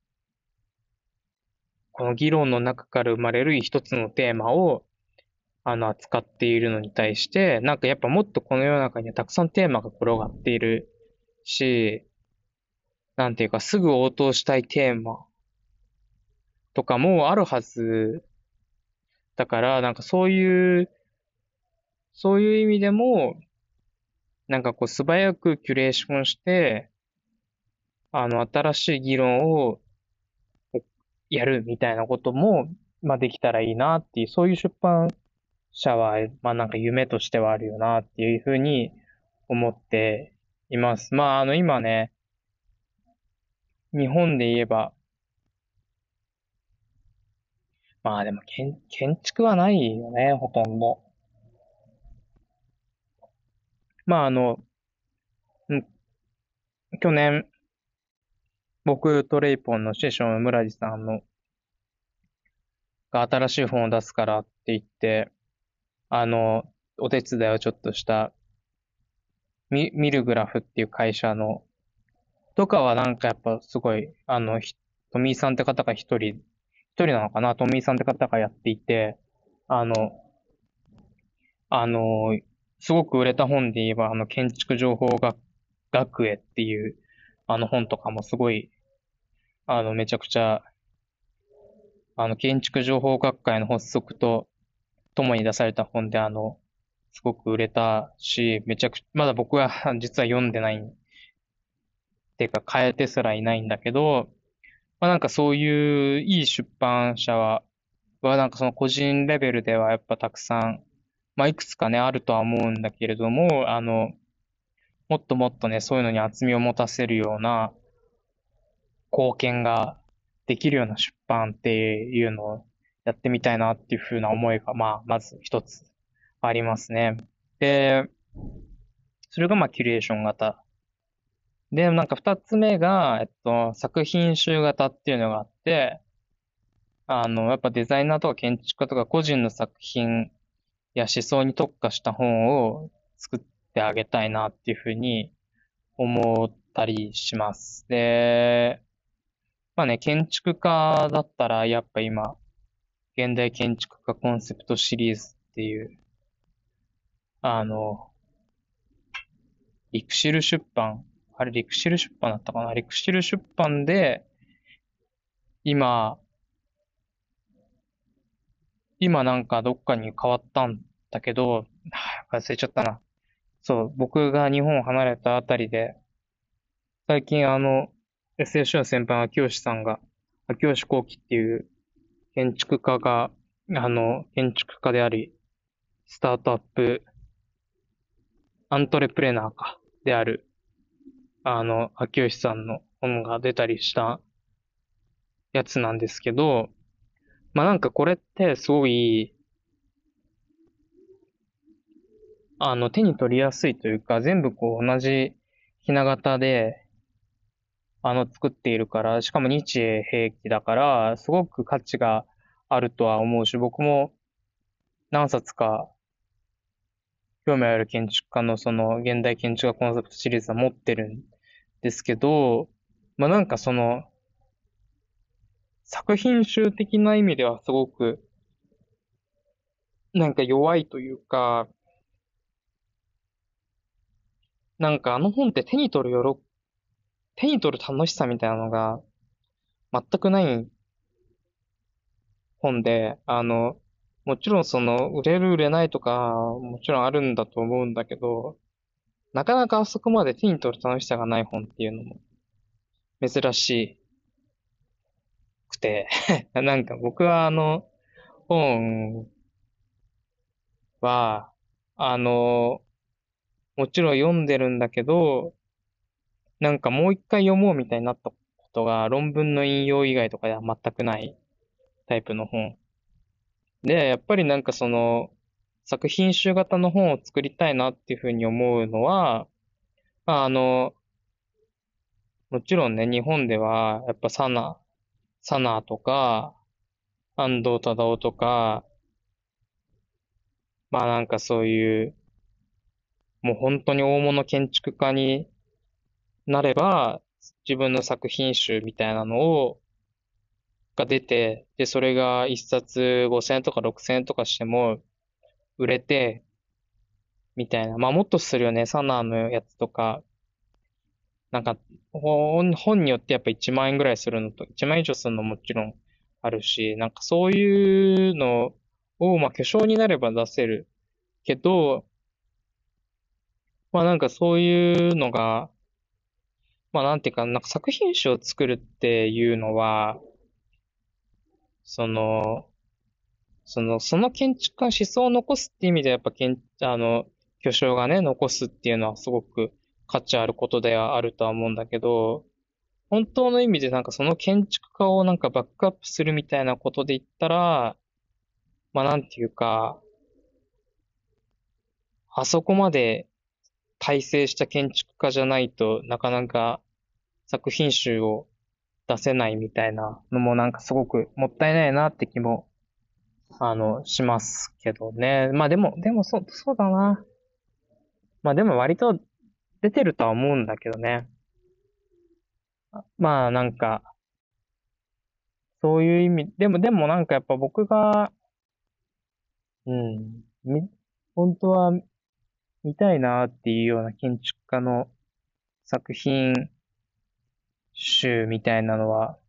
この議論の中から生まれる一つのテーマを、扱っているのに対して、なんかやっぱもっとこの世の中にはたくさんテーマが転がっているし、なんていうかすぐ応答したいテーマとかもあるはずだから、なんかそういう意味でも、なんかこう素早くキュレーションして、新しい議論をやるみたいなことも、まあできたらいいなっていう、そういう出版社は、まあなんか夢としてはあるよなっていうふうに思っています。まあ今ね、日本で言えば、まあでも建築はないよね、ほとんど。まあん去年、僕とレイポンの師匠の村地さんが新しい本を出すからって言って、あの、お手伝いをちょっとしたミルグラフっていう会社の、とかはなんかやっぱすごい、トミーさんって方が一人なのかな、トミーさんって方がやっていて、あの、あの、すごく売れた本で言えば、建築情報学園っていう、本とかもすごい、めちゃくちゃ、建築情報学会の発足とともに出された本で、すごく売れたし、まだ僕は実は読んでないっていうか、変えてすらいないんだけど、まあなんかそういういい出版社はなんかその個人レベルではやっぱたくさん、まあいくつかね、あるとは思うんだけれども、もっともっとね、そういうのに厚みを持たせるような貢献ができるような出版っていうのをやってみたいなっていうふうな思いが、まあ、まず一つありますね。で、それがまあ、キュレーション型。で、なんか二つ目が、作品集型っていうのがあって、やっぱデザイナーとか建築家とか個人の作品や思想に特化した本を作ってあげたいなっていうふうに思ったりします。で、まあね、建築家だったら、やっぱ今、現代建築家コンセプトシリーズっていう、あの、リクシル出版、あれリクシル出版だったかな、リクシル出版で、今、今なんかどっかに変わったんだけど、忘れちゃったな。そう、僕が日本を離れたあたりで、最近SLC の先輩、秋吉さんが、秋吉幸輝っていう建築家が建築家であり、スタートアップ、アントレプレナーか、である、秋吉さんの本が出たりしたやつなんですけど、まあなんかこれってすごい、手に取りやすいというか、全部こう同じひな形で、作っているから、しかも日英兵器だから、すごく価値があるとは思うし、僕も何冊か興味ある建築家のその現代建築家コンセプトシリーズは持ってるんですけど、まあなんかその作品集的な意味ではすごくなんか弱いというか、なんかあの本って手に取る楽しさみたいなのが全くない本で、もちろんその売れる売れないとか、もちろんあるんだと思うんだけど、なかなかあそこまで手に取る楽しさがない本っていうのも珍しくてなんか僕は本は、もちろん読んでるんだけど、なんかもう一回読もうみたいになったことが論文の引用以外とかでは全くないタイプの本。で、やっぱりなんかその作品集型の本を作りたいなっていうふうに思うのは、まあもちろんね、日本ではやっぱサナとか、安藤忠雄とか、まあなんかそういう、もう本当に大物建築家になれば、自分の作品集みたいなのが出て、で、それが一冊5000円とか6000円とかしても売れて、みたいな。まあもっとするよね、サナーのやつとか、なんか、本によってやっぱ1万円ぐらいするのと、1万円以上するのももちろんあるし、なんかそういうのを、まあ巨匠になれば出せるけど、まあなんかそういうのが、まあなんていうか、なんか作品集を作るっていうのは、その、その建築家の思想を残すって意味でやっぱ巨匠がね、残すっていうのはすごく価値あることではあるとは思うんだけど、本当の意味でなんかその建築家をなんかバックアップするみたいなことで言ったら、まあなんていうか、あそこまで大成した建築家じゃないとなかなか作品集を出せないみたいなのもなんかすごくもったいないなって気も、しますけどね。まあでもそうだな。まあでも割と出てるとは思うんだけどね。まあなんか、そういう意味、でもなんかやっぱ僕が、うん、本当は見たいなっていうような建築家の作品集みたいなのは、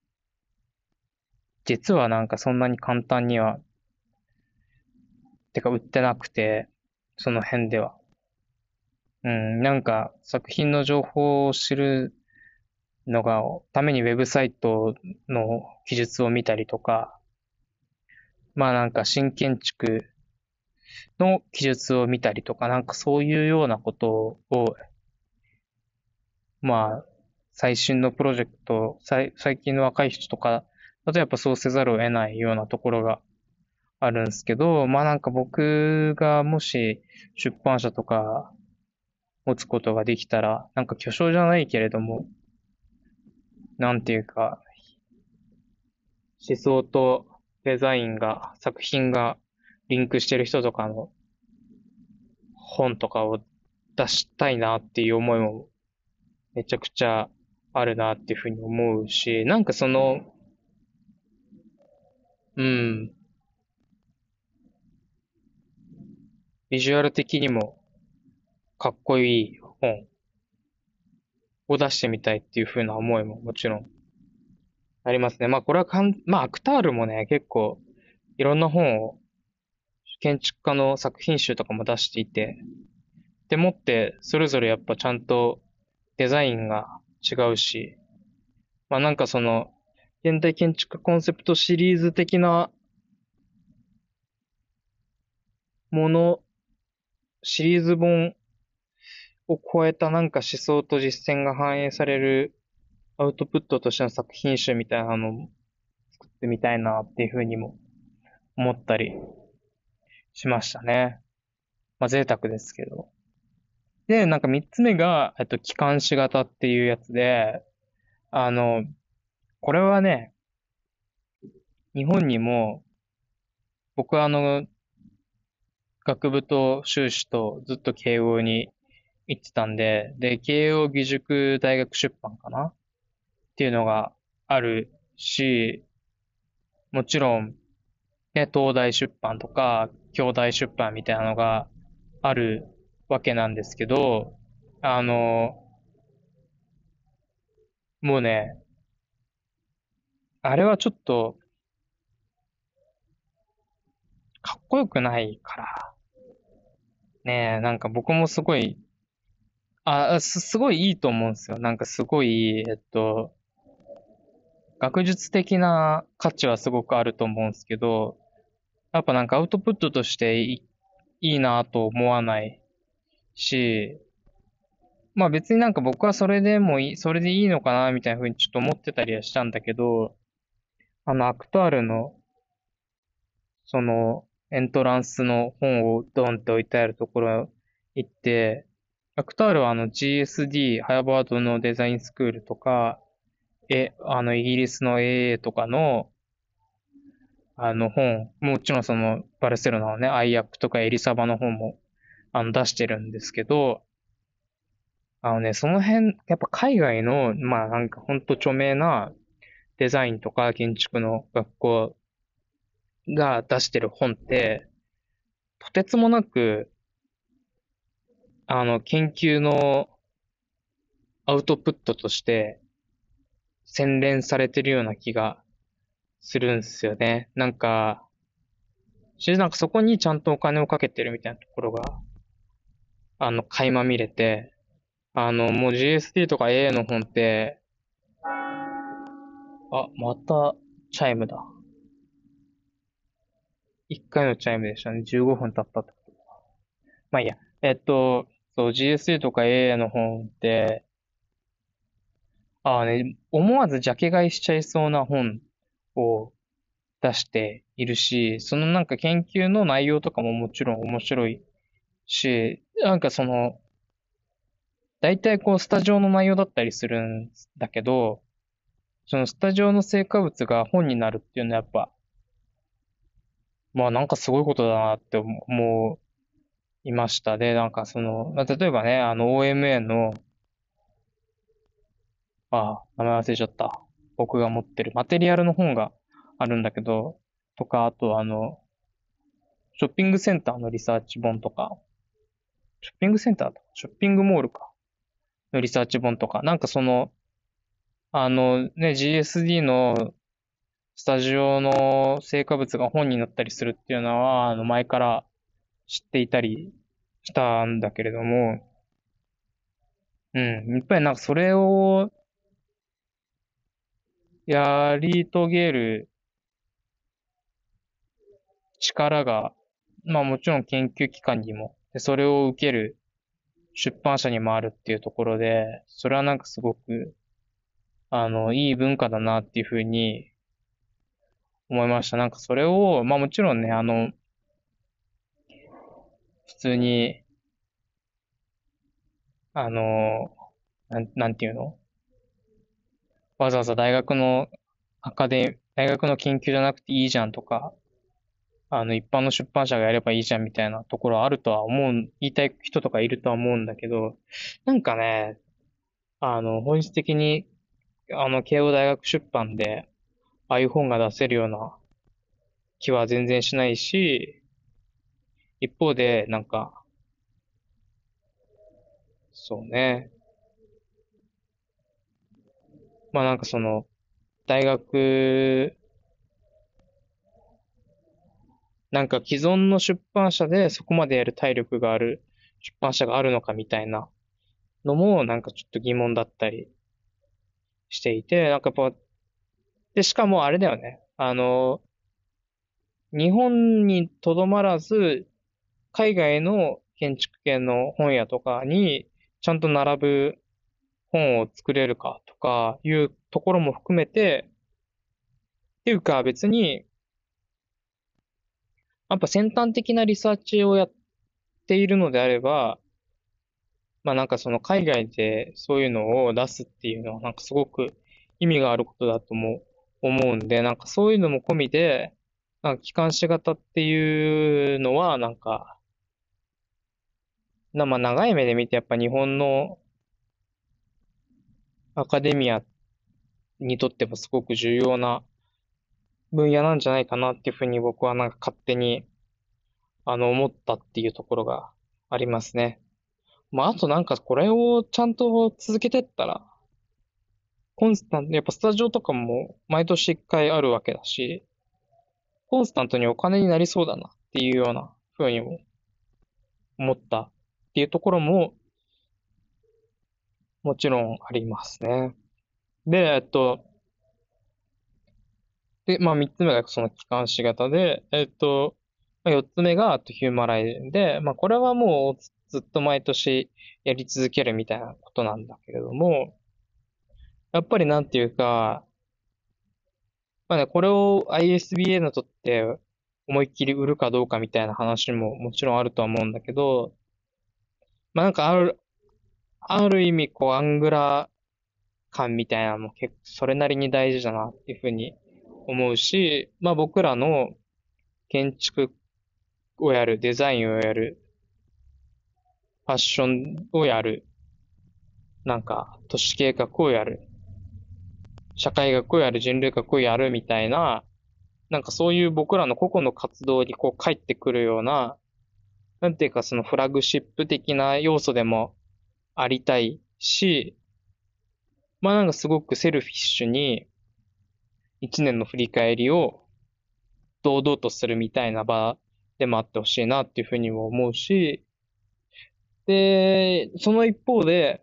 実はなんかそんなに簡単には、てか売ってなくて、その辺では。うん、なんか作品の情報を知るのが、ためにウェブサイトの記述を見たりとか、まあなんか新建築の記述を見たりとか、なんかそういうようなことを、まあ、最新のプロジェクト、最近の若い人とか、だとやっぱそうせざるを得ないようなところがあるんですけど、まあなんか僕がもし出版社とか持つことができたら、なんか巨匠じゃないけれども、なんていうか、思想とデザインが、作品がリンクしてる人とかの本とかを出したいなっていう思いもめちゃくちゃあるなっていうふうに思うし、なんかその、うん、ビジュアル的にもかっこいい本を出してみたいっていうふうな思いももちろんありますね。まあこれはまあアクタールもね、結構いろんな本を建築家の作品集とかも出していて、でもってそれぞれやっぱちゃんとデザインが違うし、まあなんかその現代建築コンセプトシリーズ的なもの、シリーズ本を超えたなんか思想と実践が反映されるアウトプットとしての作品集みたいなのを作ってみたいなっていうふうにも思ったりしましたね。まあ贅沢ですけど。で、なんか三つ目が、機関士型っていうやつで、あの、これはね、日本にも、僕は学部と修士とずっと慶応に行ってたんで、慶応義塾大学出版かなっていうのがあるし、もちろん、ね、東大出版とか、京大出版みたいなのがあるわけなんですけど、あの、もうね、あれはちょっとかっこよくないから、ね、なんか僕もすごい、すごいいいと思うんですよ。なんかすごい、学術的な価値はすごくあると思うんですけど、やっぱなんかアウトプットとしていいなと思わないし、まあ別になんか僕はそれでもいい、それでいいのかなみたいな風にちょっと思ってたりはしたんだけど、アクタールの、エントランスの本をドンって置いてあるところ行って、アクタールはGSD、ハーバードのデザインスクールとか、イギリスの AA とかの、本、もちろんバルセロナのね、アイアップとかエリサバの本も、出してるんですけど、その辺、やっぱ海外の、まあなんかほんと著名なデザインとか建築の学校が出してる本って、とてつもなく、研究のアウトプットとして洗練されてるような気がするんですよね。なんかそこにちゃんとお金をかけてるみたいなところが、垣間見れて、もう GST とか AA の本って、またチャイムだ。一回のチャイムでしたね。15分経ったってこと。まあいいや。そう、GST とか AA の本って、思わずジャケ買いしちゃいそうな本を出しているし、そのなんか研究の内容とかももちろん面白いし、なんか大体こうスタジオの内容だったりするんだけど、そのスタジオの成果物が本になるっていうのはやっぱ、まあなんかすごいことだなって思いました。で、なんか例えばね、OMA の、名前忘れちゃった。僕が持ってるマテリアルの本があるんだけど、とか、あとショッピングセンターのリサーチ本とか、ショッピングセンターとか、ショッピングモールか、のリサーチ本とか、なんかGSD のスタジオの成果物が本になったりするっていうのは、前から知っていたりしたんだけれども、うん、やっぱりなんかそれをやり遂げる力が、まあもちろん研究機関にも、でそれを受ける出版社にもあるっていうところで、それはなんかすごく、いい文化だなっていうふうに思いました。なんかそれを、まあもちろんね、普通に、あの、なんていうのわざわざ大学の研究じゃなくていいじゃんとか、一般の出版社がやればいいじゃんみたいなところあるとは言いたい人とかいるとは思うんだけど、なんかね、本質的に、慶応大学出版で、ああいう本が出せるような気は全然しないし、一方で、なんか、そうね。まあなんか大学、なんか既存の出版社でそこまでやる体力がある出版社があるのかみたいなのもなんかちょっと疑問だったりしていて、なんかやっぱ、で、しかもあれだよね。日本にとどまらず、 海外の建築系の本屋とかにちゃんと並ぶ本を作れるかとかいうところも含めて、っていうか別に、やっぱ先端的なリサーチをやっているのであれば、まあなんかその海外でそういうのを出すっていうのはなんかすごく意味があることだとも思うんで、なんかそういうのも込みで、なんか機関士型っていうのはなんか、まあ長い目で見てやっぱ日本のアカデミアにとってもすごく重要な分野なんじゃないかなっていうふうに僕はなんか勝手に思ったっていうところがありますね。まああとなんかこれをちゃんと続けてったら、コンスタント、やっぱスタジオとかも毎年一回あるわけだし、コンスタントにお金になりそうだなっていうような風にも思ったっていうところももちろんありますね。で、まあ三つ目がその機関士型で、まあ四つ目がヒューマライズで、まあこれはもうずっと毎年やり続けるみたいなことなんだけれども、やっぱりなんていうか、まあね、これを ISBN にとって思いっきり売るかどうかみたいな話ももちろんあるとは思うんだけど、まあなんかある意味こうアングラ感みたいなのも結構それなりに大事だなっていうふうに思うし、まあ僕らの建築をやる、デザインをやる、ファッションをやる、なんか都市計画をやる、社会学をやる、人類学をやるみたいな、なんかそういう僕らの個々の活動にこう返ってくるような、なんていうかそのフラグシップ的な要素でもありたいし、まあなんかすごくセルフィッシュに一年の振り返りを堂々とするみたいな場でもあってほしいなっていうふうにも思うし、で、その一方で、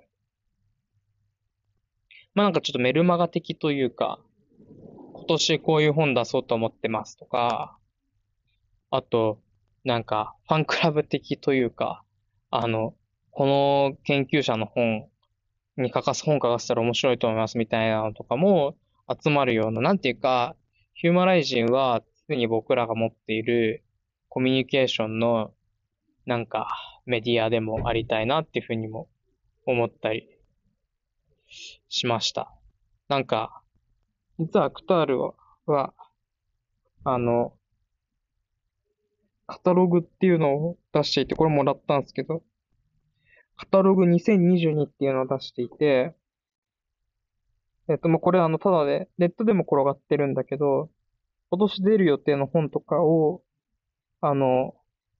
まあなんかちょっとメルマガ的というか、今年こういう本出そうと思ってますとか、あと、なんかファンクラブ的というか、あの、この研究者の本書かせたら面白いと思いますみたいなのとかも集まるような、なんていうか、ヒューマライジンは常に僕らが持っているコミュニケーションのなんかメディアでもありたいなっていうふうにも思ったりしました。なんか、実はアクタールは、あの、カタログっていうのを出していて、これもらったんですけど、カタログ2022っていうのを出していて、まあ、これただで、ネットでも転がってるんだけど、今年出る予定の本とかを、あの、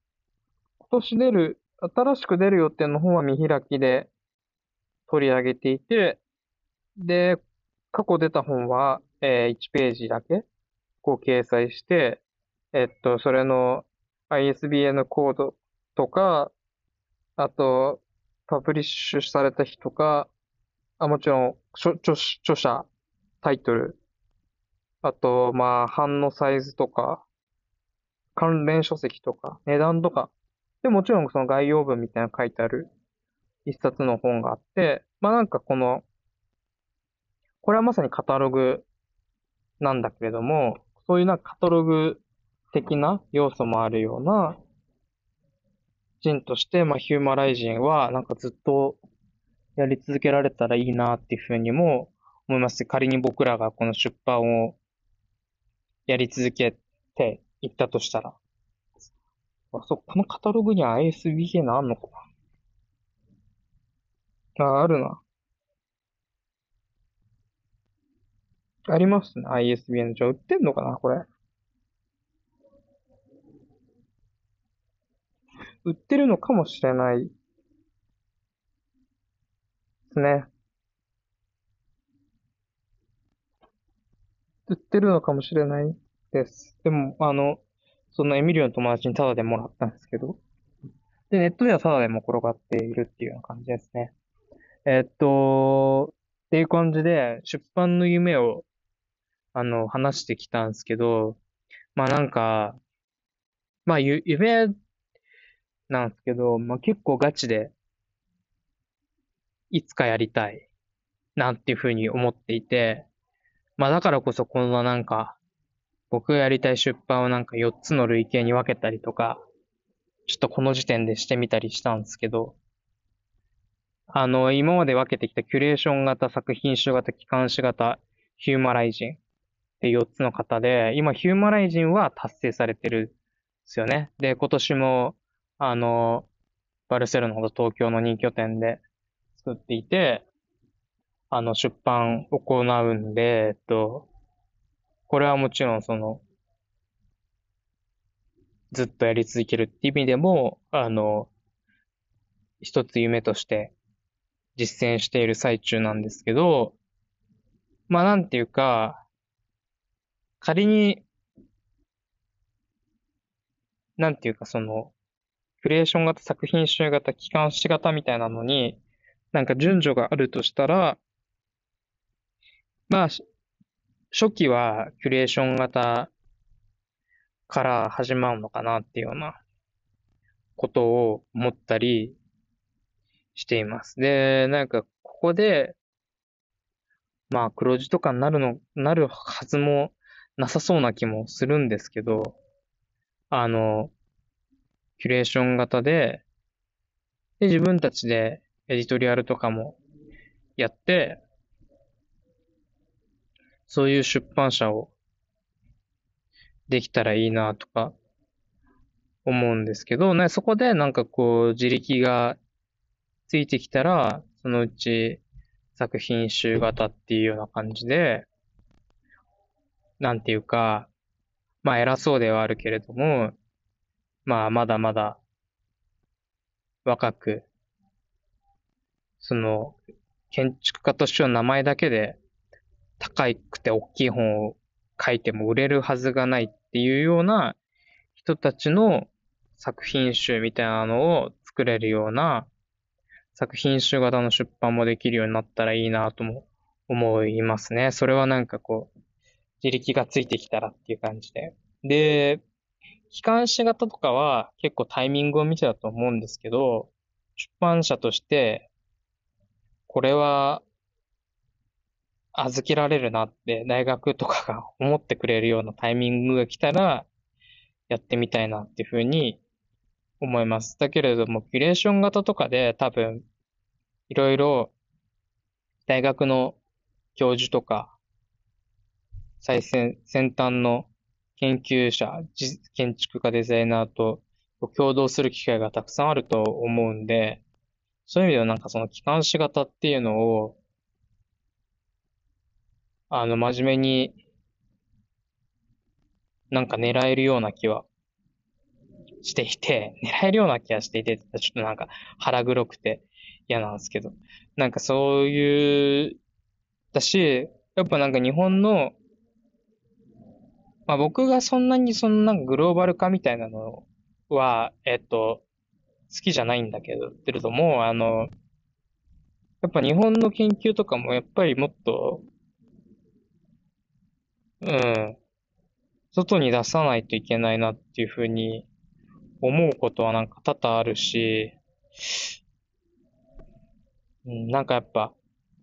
新しく出る予定の本は見開きで取り上げていて、で、過去出た本は、1ページだけ、こう掲載して、それの ISBN コードとか、あと、パブリッシュされた日とか、もちろん、著者、タイトル、あと、まあ、版のサイズとか、関連書籍とか、値段とか、で、もちろんその概要文みたいなの書いてある一冊の本があって、まあなんかこれはまさにカタログなんだけれども、そういうなんかカタログ的な要素もあるような人として、まあヒューマライジンはなんかずっとやり続けられたらいいなっていうふうにも思いますし、仮に僕らがこの出版をやり続けていったとしたら、このカタログには ISBN あんのかなあ、あるな。ありますね。ISBN。じゃあ売ってんのかなこれ。売ってるのかもしれないですね。売ってるのかもしれないです。でも、そのエミリオの友達にタダでもらったんですけど。で、ネットではタダでも転がっているっていうような感じですね。っていう感じで、出版の夢を、話してきたんですけど、まあなんか、まあ、夢なんですけど、まあ結構ガチでいつかやりたいなっていうふうに思っていて、まあだからこそこのなんか僕がやりたい出版をなんか4つの類型に分けたりとか、ちょっとこの時点でしてみたりしたんですけど、今まで分けてきたキュレーション型、作品集型、機関誌型、ヒューマライジンって4つの型で、今ヒューマライジンは達成されてるんですよね。で、今年も、バルセロナと東京の2拠点で作っていて、出版行うんで、これはもちろんずっとやり続けるっていう意味でも、一つ夢として実践している最中なんですけど、まあなんていうか、仮に、なんていうかクリエーション型、作品集型、機関誌型みたいなのに、なんか順序があるとしたら、まあ、初期はキュレーション型から始まるのかなっていうようなことを思ったりしています。で、なんかここで、まあ黒字とかになるはずもなさそうな気もするんですけど、あの、キュレーション型で、自分たちでエディトリアルとかもやって、そういう出版社をできたらいいなとか思うんですけど、ね、そこでなんかこう自力がついてきたら、そのうち作品集型っていうような感じで、なんていうか、まあ偉そうではあるけれども、まあまだまだ若く、その建築家としての名前だけで高くて大きい本を書いても売れるはずがないっていうような人たちの作品集みたいなのを作れるような作品集型の出版もできるようになったらいいなとも思いますね。それはなんかこう、自力がついてきたらっていう感じで。で、機関誌型とかは結構タイミングを見てたと思うんですけど、出版社としてこれは預けられるなって大学とかが思ってくれるようなタイミングが来たらやってみたいなっていうふうに思います。だけれども、キュレーション型とかで多分いろいろ大学の教授とか先端の研究者、建築家デザイナーと共同する機会がたくさんあると思うんで、そういう意味ではなんかその機関士型っていうのを、真面目になんか狙えるような気はしていて、狙えるような気がしていて、ちょっとなんか腹黒くて嫌なんですけど、なんかそういう、だし、やっぱなんか日本の、まあ僕がそんなにそのなんかグローバル化みたいなのは、好きじゃないんだけれども、やっぱ日本の研究とかもやっぱりもっと、うん、外に出さないといけないなっていうふうに思うことはなんか多々あるし、うん、なんかやっぱ、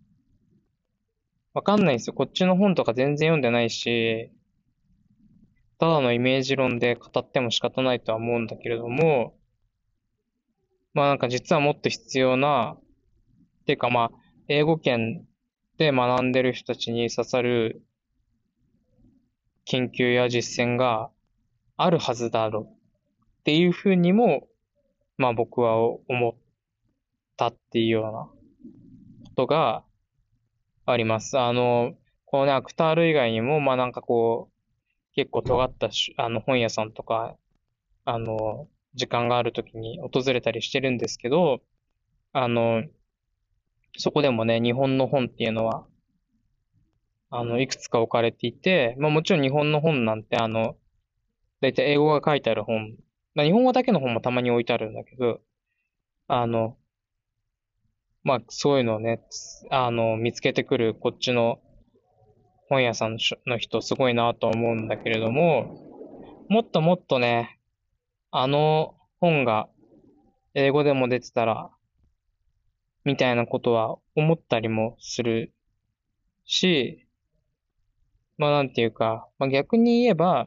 わかんないんですよ。こっちの本とか全然読んでないし、ただのイメージ論で語っても仕方ないとは思うんだけれども、まあなんか実はもっと必要な、っていうかまあ、英語圏で学んでる人たちに刺さる研究や実践があるはずだろうっていうふうにも、まあ僕は思ったっていうようなことがあります。このね、アクタール以外にも、まあなんかこう、結構尖った本屋さんとか、時間があるときに訪れたりしてるんですけど、あの、そこでもね、日本の本っていうのは、いくつか置かれていて、まあもちろん日本の本なんてだいたい英語が書いてある本、まあ日本語だけの本もたまに置いてあるんだけど、あの、まあそういうのをね、見つけてくるこっちの本屋さんの人すごいなと思うんだけれども、もっともっとね、あの本が英語でも出てたら、みたいなことは思ったりもするし、まあなんていうか、まあ逆に言えば、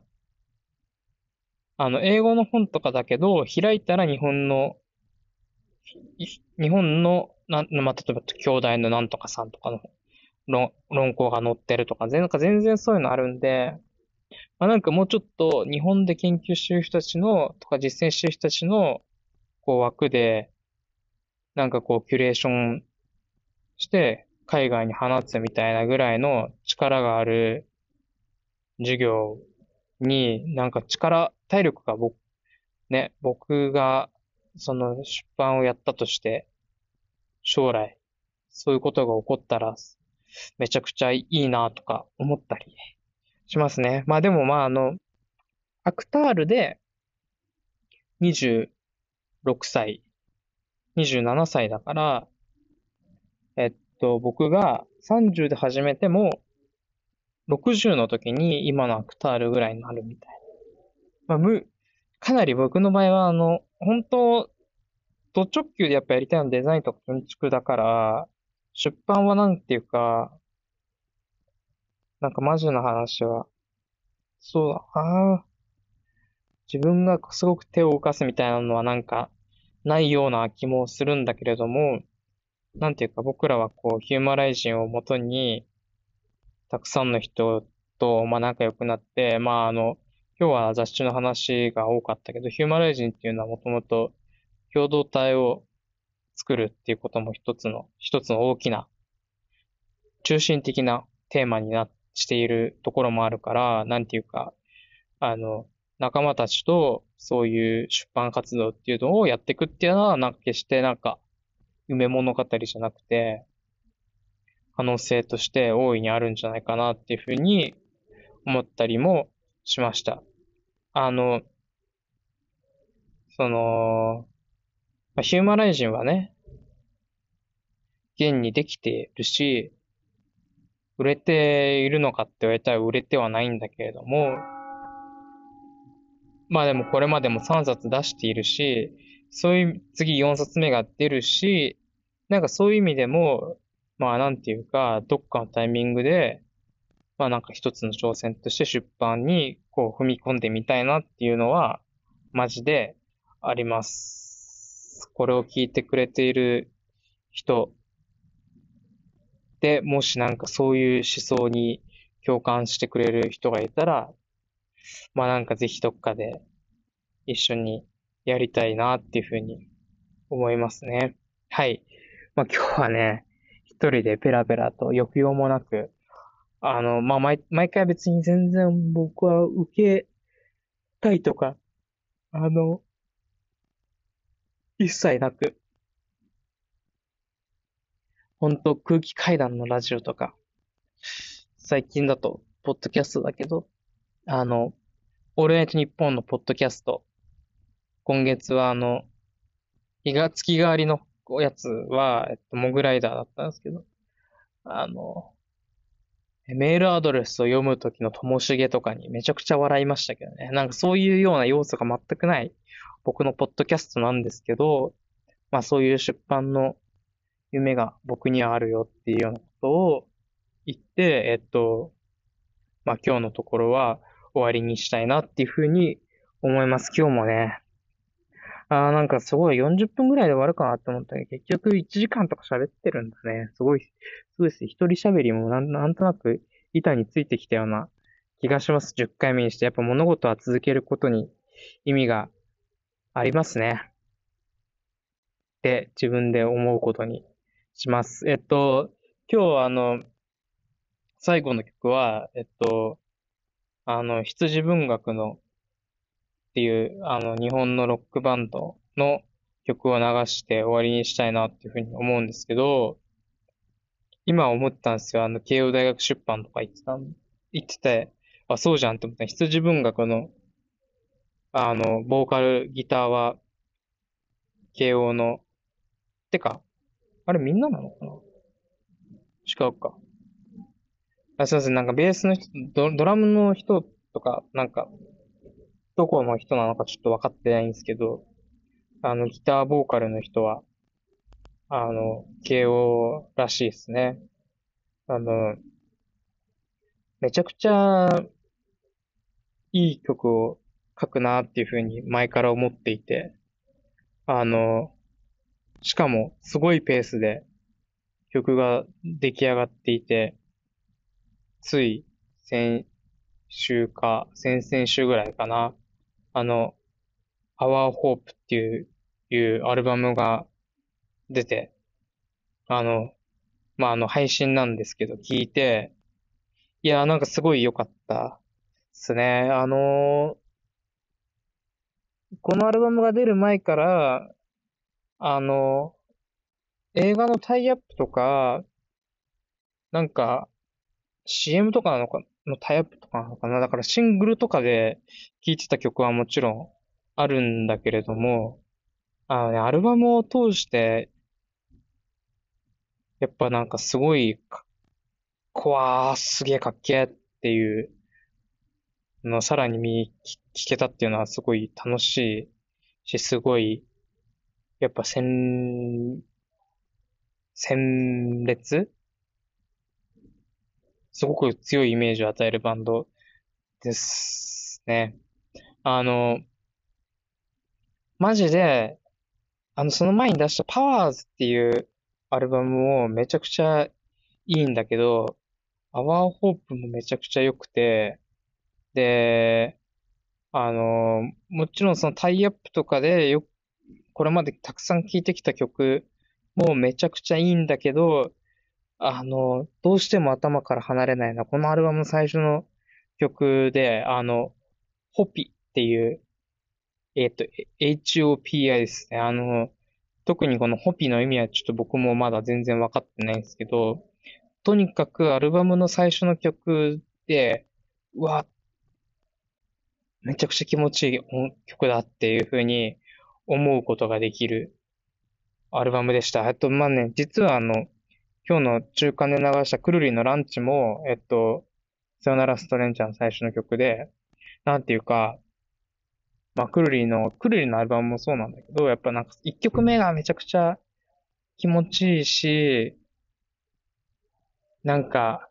英語の本とかだけど、開いたら日本の、まあ、例えば、兄弟のなんとかさんとかの論考が載ってるとか、なんか全然そういうのあるんで、まあ、なんかもうちょっと日本で研究してる人たちの、とか実践してる人たちの、こう枠で、なんかこう、キュレーションして、海外に放つみたいなぐらいの力がある授業に、なんか体力が僕が、その出版をやったとして、将来、そういうことが起こったら、めちゃくちゃいいなとか思ったりしますね。まあでもまあアクタールで26歳、27歳だから、僕が30で始めても、60の時に今のアクタールぐらいになるみたいな。まあ、かなり僕の場合は本当、ド直球でやっぱやりたいのはデザインとか建築だから、出版はなんていうか、なんかマジな話は、そうだな。自分がすごく手を動かすみたいなのはなんかないような気もするんだけれども、なんていうか僕らはこうヒューマライジンをもとにたくさんの人とまあ仲良くなって、まあ今日は雑誌の話が多かったけど、ヒューマライジンっていうのはもともと共同体を作るっていうことも一つの大きな中心的なテーマにしているところもあるから、なんていうか、あの、仲間たちとそういう出版活動っていうのをやっていくっていうのは、なんか決してなんか夢物語じゃなくて、可能性として大いにあるんじゃないかなっていうふうに思ったりもしました。あの、ヒューマライジンはね、現にできているし、売れているのかって言われたら売れてはないんだけれども、まあでもこれまでも3冊出しているし、そういう、次4冊目が出るし、なんかそういう意味でも、まあなんていうか、どっかのタイミングで、まあなんか一つの挑戦として出版にこう踏み込んでみたいなっていうのは、マジであります。これを聞いてくれている人で、もしなんかそういう思想に共感してくれる人がいたら、まあなんかぜひどっかで一緒にやりたいなっていうふうに思いますね。はい。まあ今日はね、一人でペラペラと抑揚もなく、まあ毎回別に全然僕は受けたいとか、あの、一切なく、ほんと空気階段のラジオとか、最近だと、ポッドキャストだけど、あの、オールナイトニッポンのポッドキャスト、今月は月替わりのやつは、モグライダーだったんですけど、あの、メールアドレスを読むときのともしげとかにめちゃくちゃ笑いましたけどね。なんかそういうような要素が全くない僕のポッドキャストなんですけど、まあそういう出版の夢が僕にはあるよっていうようなことを言って、まあ今日のところは終わりにしたいなっていうふうに思います。今日もね、なんかすごい40分ぐらいで終わるかなって思ったけど、結局1時間とか喋ってるんだね。すごいです。一人喋りもなんとなく板についてきたような気がします。10回目にして。やっぱ物事は続けることに意味がありますね。って自分で思うことにします。今日最後の曲は、羊文学のっていう、日本のロックバンドの曲を流して終わりにしたいなっていうふうに思うんですけど、今思ったんですよ。慶応大学出版とか言ってて、あ、そうじゃんって思った。羊文学の、ボーカル、ギターは、慶応の、てか、あれみんななのかな？違うか。あ、すいません。なんかベースの人、ドラムの人とか、なんか、どこの人なのかちょっと分かってないんですけど、 ギターボーカルの人は、慶応らしいですね。あの、めちゃくちゃいい曲を書くなっていうふうに前から思っていて、あの、しかもすごいペースで曲が出来上がっていて、つい先週か、先々週ぐらいかな、あの、Our Hope っていうアルバムが出て、あの、配信なんですけど、聞いて、いや、なんかすごい良かったですね。このアルバムが出る前から、あの、映画のタイアップとか、なんか、CM とかなのか、のタイアップとかなのかな。だからシングルとかで聴いてた曲はもちろんあるんだけれども、アルバムを通して、やっぱなんかすごいすげえかっけーっていうのをさらに聞けたっていうのはすごい楽しいし、すごい、やっぱ鮮烈すごく強いイメージを与えるバンドですね。あの、マジで、その前に出したパワーズっていうアルバムもめちゃくちゃいいんだけど、アワーホープもめちゃくちゃ良くて、で、もちろんそのタイアップとかでこれまでたくさん聴いてきた曲もめちゃくちゃいいんだけど、どうしても頭から離れないのは、このアルバムの最初の曲で、ホピっていう、HOPI ですね。特にこのホピの意味はちょっと僕もまだ全然わかってないんですけど、とにかくアルバムの最初の曲で、うわ、めちゃくちゃ気持ちいい曲だっていう風に思うことができるアルバムでした。実は今日の中間で流したくるりのランチも、さよならストレンジャーの最初の曲で、なんていうか、くるりのアルバムもそうなんだけど、やっぱなんか一曲目がめちゃくちゃ気持ちいいし、なんか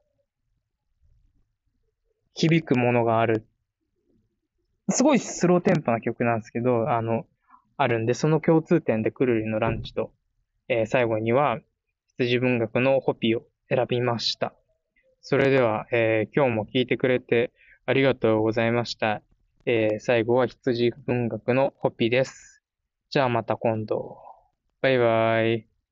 響くものがある。すごいスローテンポな曲なんですけど、あるんで、その共通点でくるりのランチと、最後には羊文学のホピを選びました。それでは、今日も聞いてくれてありがとうございました。最後は羊文学のホピです。じゃあまた今度。バイバイ。